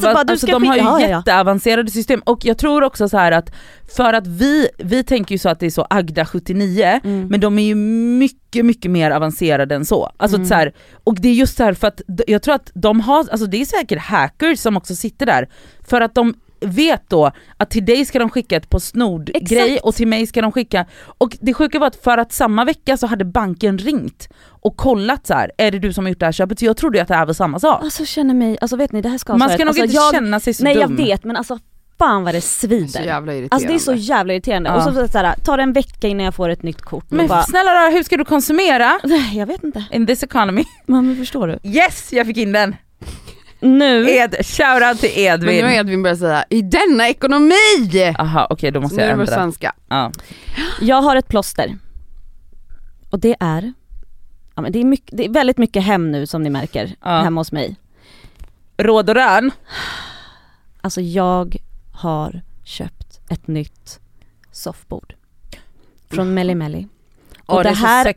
jätteavancerade system, och jag tror också så här att för att vi tänker ju så att det är så Agda 79, men de är ju mycket mycket mer avancerade än så. Alltså så här, och det är just så här för att jag tror att de har, alltså det är säkert hackers som också sitter där för att de vet då att till dig ska de skicka ett Postnord-grej och till mig ska de skicka, och det sjuka var att för att samma vecka så hade banken ringt och kollat så här, är det du som har gjort det här köpet? Så jag trodde att det här var samma sak. Alltså känner mig, alltså vet ni, det här ska man ska nog inte känna sig så dum. Nej jag vet, men alltså fan vad det svider. Så jävla irriterande. Alltså det är så jävla irriterande. Och så här, tar det en vecka innan jag får ett nytt kort. Men bara, snälla då, hur ska du konsumera? Jag vet inte. In this economy. Men förstår du? Yes, jag fick in den. Nu. Shoutout till Edvin. Men nu har Edvin börjat säga, i denna ekonomi! Aha, okej, då måste jag ändra. Svenska. Ja. Jag har ett plåster. Och det är, men det är väldigt mycket hem nu som ni märker hemma hos mig. Råd och rön. Alltså jag har köpt ett nytt soffbord från Melli Melli. Och det här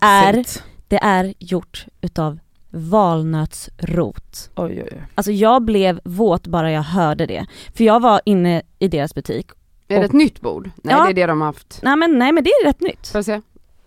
är gjort utav valnötsrot. Oj. Alltså jag blev våt bara jag hörde det. För jag var inne i deras butik. Är det ett nytt bord? Nej, det är det de har haft. Nej men det är rätt nytt. Får jag se?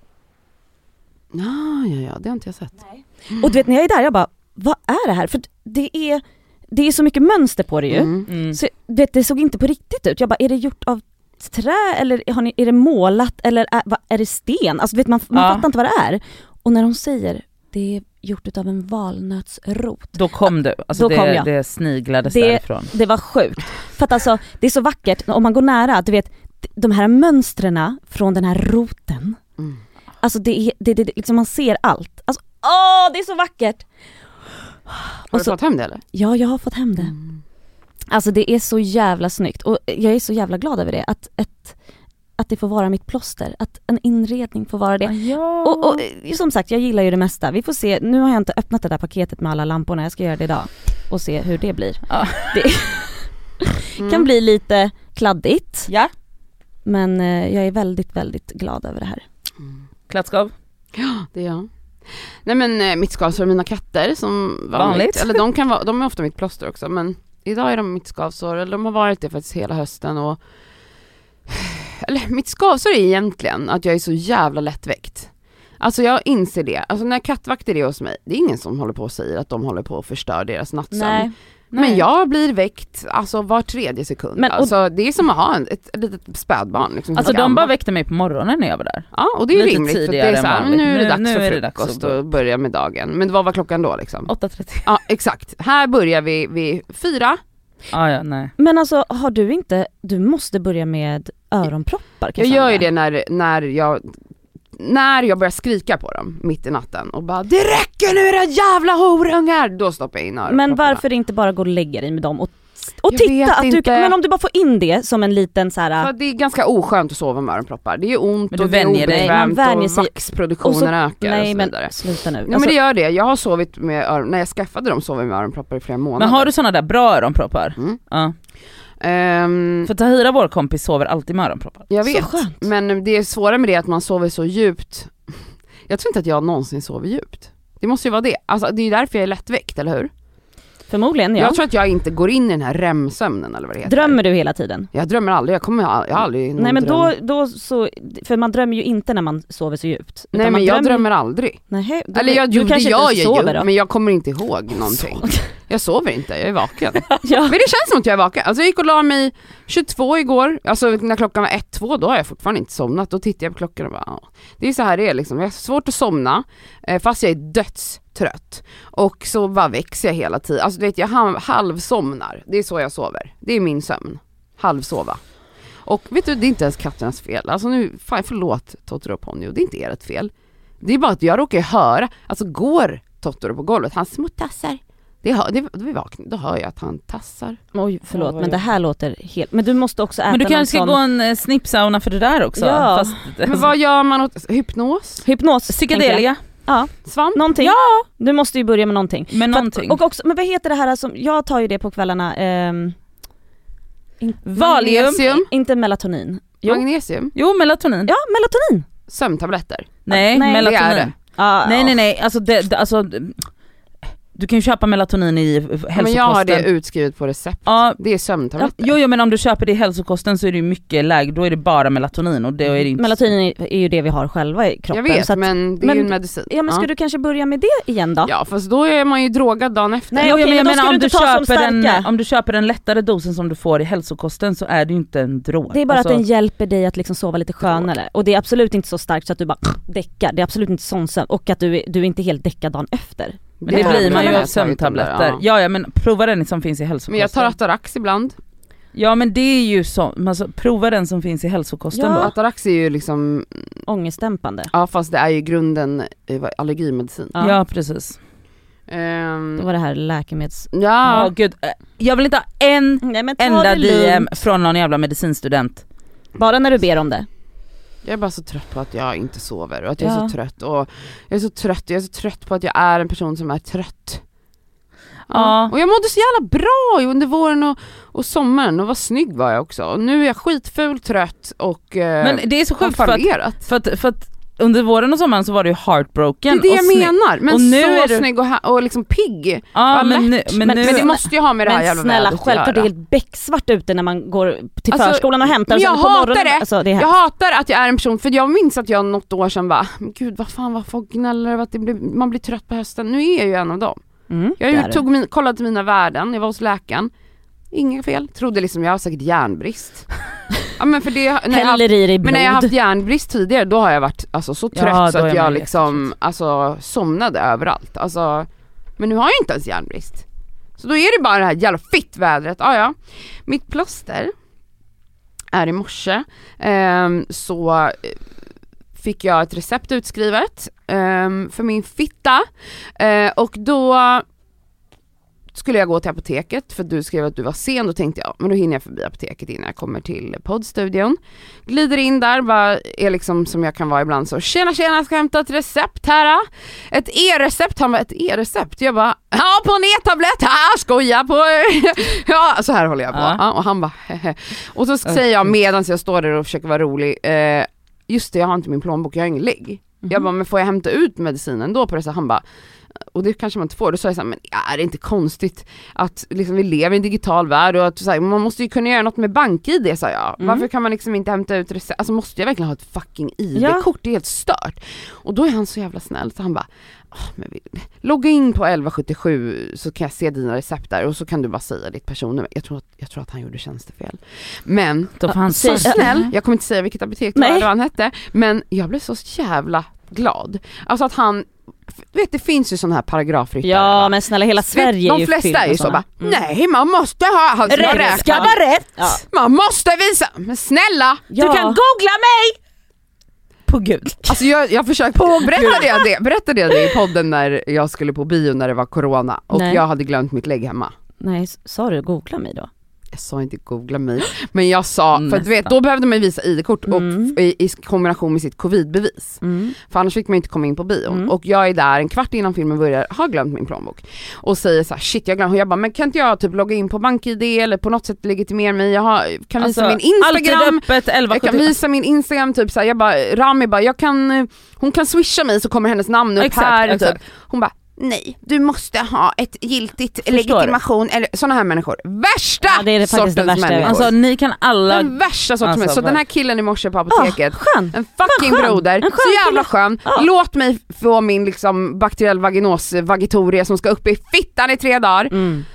Ja, det har inte jag sett. Nej. Och du vet, när jag är där, jag bara, vad är det här? För det är så mycket mönster på det ju. Så vet, det såg inte på riktigt ut. Jag bara, är det gjort av trä eller är det målat eller är det sten? Alltså vet man fattar inte vad det är. Och när de säger det är gjort utav en valnötsrot. Då kom du. Alltså då kom jag. Det sniglades därifrån. Det var sjukt. För att alltså, det är så vackert. Om man går nära, du vet, de här mönstren från den här roten. Alltså det liksom man ser allt. Alltså, det är så vackert. Har du fått hem det eller? Ja, jag har fått hem det. Alltså det är så jävla snyggt. Och jag är så jävla glad över det. Att det får vara mitt plåster. Att en inredning får vara det. Ja. Och som sagt, jag gillar ju det mesta. Vi får se, nu har jag inte öppnat det där paketet med alla lamporna. Jag ska göra det idag och se hur det blir. Ja. Det kan bli lite kladdigt. Ja. Men jag är väldigt, väldigt glad över det här. Klädskap? Ja, det är jag. Nej men mitt skavsår, mina katter som vanligt. Eller de är ofta mitt plåster också. Men idag är de mitt skavsår. Eller de har varit det faktiskt hela hösten. Och eller mitt skavsår är egentligen att jag är så jävla lättväckt. Alltså jag inser det. Alltså när kattvakter är hos mig, det är ingen som håller på och säger att de håller på att förstöra deras nattsömn. Nej. Men jag blir väckt alltså var 3:e sekund. Alltså det är som att ha ett litet spädbarn. Liksom, alltså de bara väckte mig på morgonen när jag var där. Ja, och det är rimligt. För det är så här, nu är det dags för frukost och börja med dagen. Men vad var klockan då liksom? 8:30. Ja, exakt. Här börjar vi vid 4. Ja, nej. Men alltså du måste börja med öronproppar. Jag gör ju det när jag börjar skrika på dem mitt i natten och bara det räcker nu era jävla horungar, då stoppar jag in öronpropparna. Men varför inte bara gå och lägga dig med dem och titta att du kan, men om du bara får in det som en liten så här. För det är ganska oskönt att sova med öronproppar. Det är ont men och det är obekvämt och sig, vaxproduktionen ökar och så vidare. Men sluta nu. Nej, men det gör det. Jag har sovit med när jag skaffade dem sov jag med öronproppar i flera månader. Men har du såna där bra öronproppar? Ja. För Tahira, vår kompis, sover alltid med öronproppar. Jag vet, men det är svårare med det att man sover så djupt. Jag tror inte att jag någonsin sover djupt. Det måste ju vara det. Alltså, det är därför jag är lättväckt, eller hur? Förmodligen, ja. Jag tror att jag inte går in i den här REM-sömnen eller vad det heter. Drömmer du hela tiden? Jag drömmer aldrig, jag har aldrig nej men då så, för man drömmer ju inte när man sover så djupt. Nej men jag drömmer aldrig. Nej, eller du kanske inte sover då? Men jag kommer inte ihåg någonting. Jag sover inte, jag är vaken. Ja. Men det känns som att jag är vaken. Alltså jag gick och la mig 22 igår, alltså när klockan var 1-2, då har jag fortfarande inte somnat. Då tittar jag på klockan och bara, det är så här det är liksom. Jag har svårt att somna, fast jag är dödstrött. Och så bara växer jag hela tiden. Alltså du vet, jag halvsomnar. Det är så jag sover. Det är min sömn. Halvsova. Och vet du, det är inte ens katternas fel. Alltså nu, fan förlåt Totoro och Ponyo, det är inte ert fel. Det är bara att jag råkar höra, alltså går Totoro på golvet, han smuttassar. Då hör jag att han tassar. Oj, förlåt, men det här låter helt... Men du måste också äta. Men du kanske ska gå en snippsauna för det där också. Ja. Fast, men vad gör man åt hypnos? Psykedelia. Ja, svamp. Någonting. Ja, du måste ju börja med någonting. Och också, men vad heter det här som jag tar ju det på kvällarna? Magnesium. Inte melatonin. Magnesium. Jo, melatonin. Ja, melatonin. Sömntabletter. Nej, melatonin. Nej. Alltså du kan ju köpa melatonin i hälsokosten. Men jag har det utskrivet på recept. Ja. Det är sömntabletter. Jo, men om du köper det i hälsokosten så är det ju mycket lägre. Då är det bara melatonin och det är inte... Melatonin är ju det vi har själva i kroppen. Jag vet, så att, men det är ju en medicin. Ja, men ska du kanske börja med det igen då? Ja, fast då är man ju drogad dagen efter. Nej, okej, men jag menar om du köper den lättare dosen som du får i hälsokosten så är det ju inte en drog. Det är bara att den hjälper dig att liksom sova lite skönare. Och det är absolut inte så starkt så att du bara däckar. Det är absolut inte sån sömn. Och att du är inte helt däckad dagen efter. Men det blir man ju av sömntabletter. Ja, men prova den som finns i hälsokosten. Men jag tar Atarax ibland. Ja, men det är ju så, alltså, prova den som finns i hälsokosten då. Atarax är ju liksom ångestdämpande. Ja, fast det är ju grunden allergimedicin. Ja, precis. Då var det här läkemedels... Ja, gud. Jag vill inte ha en enda DM från någon jävla medicinstudent. Bara när du ber om det. Jag är bara så trött på att jag inte sover och att jag är så trött och jag är så trött på att jag är en person som är trött. Ja. Och jag mådde så jävla bra under våren och sommaren och vad snygg var jag också. Och nu är jag skitful, trött och men det är så sjukt för att under våren och sommaren så var du ju heartbroken. Det är det jag menar. Men och nu så är du... snygg och liksom pigg. Ja, men det måste ju ha med det här jävla vädret att göra. Självklart det är helt becksvart ute när man går till förskolan och hämtar. Jag hatar det. Alltså, jag hatar att jag är en person, för jag minns att jag något år sedan bara, men gud vad folk gnäller att man blir trött på hösten. Nu är jag ju en av dem. Jag kollade mina värden, jag var hos läkaren. Inga fel. Trodde liksom jag har säkert järnbrist. Ja, men för det när jag haft järnbrist tidigare, då har jag varit alltså så trött så att jag liksom alltså somnade överallt. Alltså, men nu har jag inte ens järnbrist. Så då är det bara det här jävla fittvädret. Ja. Mitt plåster är i morse. Så fick jag ett recept utskrivet för min fitta. Och då skulle jag gå till apoteket för du skrev att du var sen. Då tänkte jag, men då hinner jag förbi apoteket innan jag kommer till poddstudion. Glider in där, bara är liksom som jag kan vara ibland så. Tjena, jag ska hämta ett recept här. Ett e-recept, han var ett e-recept. Jag bara, ja på en e-tablett, skoja på. Ja, så här håller jag på. Ja, och han bara, hehe. Och så säger jag medan jag står där och försöker vara rolig. Just det, jag har inte min plånbok, jag har ingen ligg. Jag bara, men får jag hämta ut medicinen då på det? Så han bara, och det kanske man inte får. Då sa jag så här, men är det inte konstigt att liksom, vi lever i en digital värld och att så här, man måste ju kunna göra något med bank-ID, sa jag. Varför kan man liksom inte hämta ut recept? Alltså måste jag verkligen ha ett fucking ID-kort? Det är helt stört. Och då är han så jävla snäll så han bara, men logga in på 1177 så kan jag se dina recept där och så kan du bara säga ditt personnummer. Jag tror att han gjorde tjänstefel. Men då får han så snäll. Jag kommer inte säga vilket apotek det var han hette, men jag blev så jävla glad. Alltså att han du vet det finns ju sådana här paragrafryttare. Ja men snälla hela Sverige är ju de flesta är ju så bara, nej man måste ha rätt ska vara rätt. Ja. Man måste visa, men snälla. Ja. Du kan googla mig. På gud. Alltså jag försökte, berättade jag det i podden när jag skulle på bio när det var corona och jag hade glömt mitt lägg hemma. Nej, sa du googla mig då? Jag sa inte googla mig, men jag sa, för du vet, då behövde man visa ID-kort och i kombination med sitt covidbevis. För annars fick man inte komma in på bion. Och jag är där en kvart innan filmen börjar, har glömt min plånbok. Och säger så här, shit jag glömde. Och jag bara, men kan inte jag typ logga in på BankID eller på något sätt legitimera mig? Jag kan visa min Instagram. Öppet, 11, jag kan visa min Instagram typ så här, jag bara, Rami bara, hon kan swisha mig så kommer hennes namn upp här. Exakt. Typ. Hon bara, nej, du måste ha ett giltigt legitimation eller såna här människor. Värsta det är sortens människor. Alltså ni kan alla... Den värsta sortens människor. Så den här killen i morse på apoteket, skön. en fucking broder, så jävla skön. Låt mig få min liksom bakteriell vaginosis som ska upp i fittan i 3 dagar.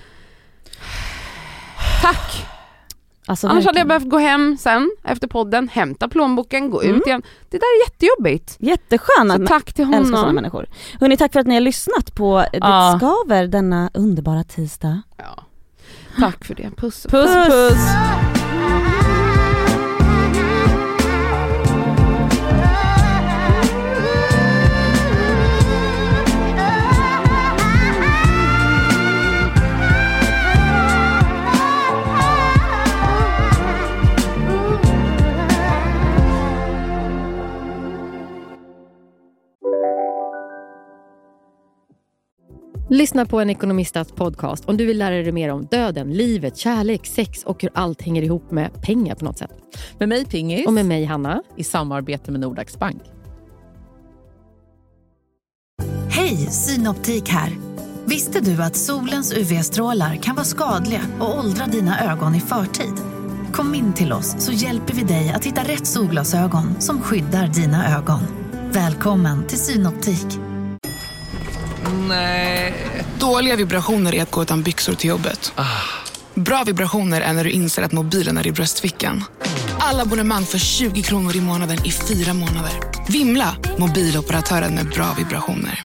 Tack. Alltså, annars hade jag behövt gå hem sen efter podden, hämta plånboken, gå ut igen. Det där är jättejobbigt. Jätteskönt. Så tack till honom. Älskar sådana människor. Hörrni, tack för att ni har lyssnat på Det skaver denna underbara tisdag. Ja. Tack för det. Puss. Puss. Lyssna på en ekonomistats podcast om du vill lära dig mer om döden, livet, kärlek, sex och hur allt hänger ihop med pengar på något sätt. Med mig Pingis. Och med mig Hanna. I samarbete med Nordax Bank. Hej, Synoptik här. Visste du att solens UV-strålar kan vara skadliga och åldra dina ögon i förtid? Kom in till oss så hjälper vi dig att hitta rätt solglasögon som skyddar dina ögon. Välkommen till Synoptik. Nej. Dåliga vibrationer är att gå utan byxor till jobbet. Bra vibrationer är när du inser att mobilen är i bröstfickan. Alla abonnemang för 20 kronor i månaden i 4 månader. Vimla, mobiloperatören med bra vibrationer.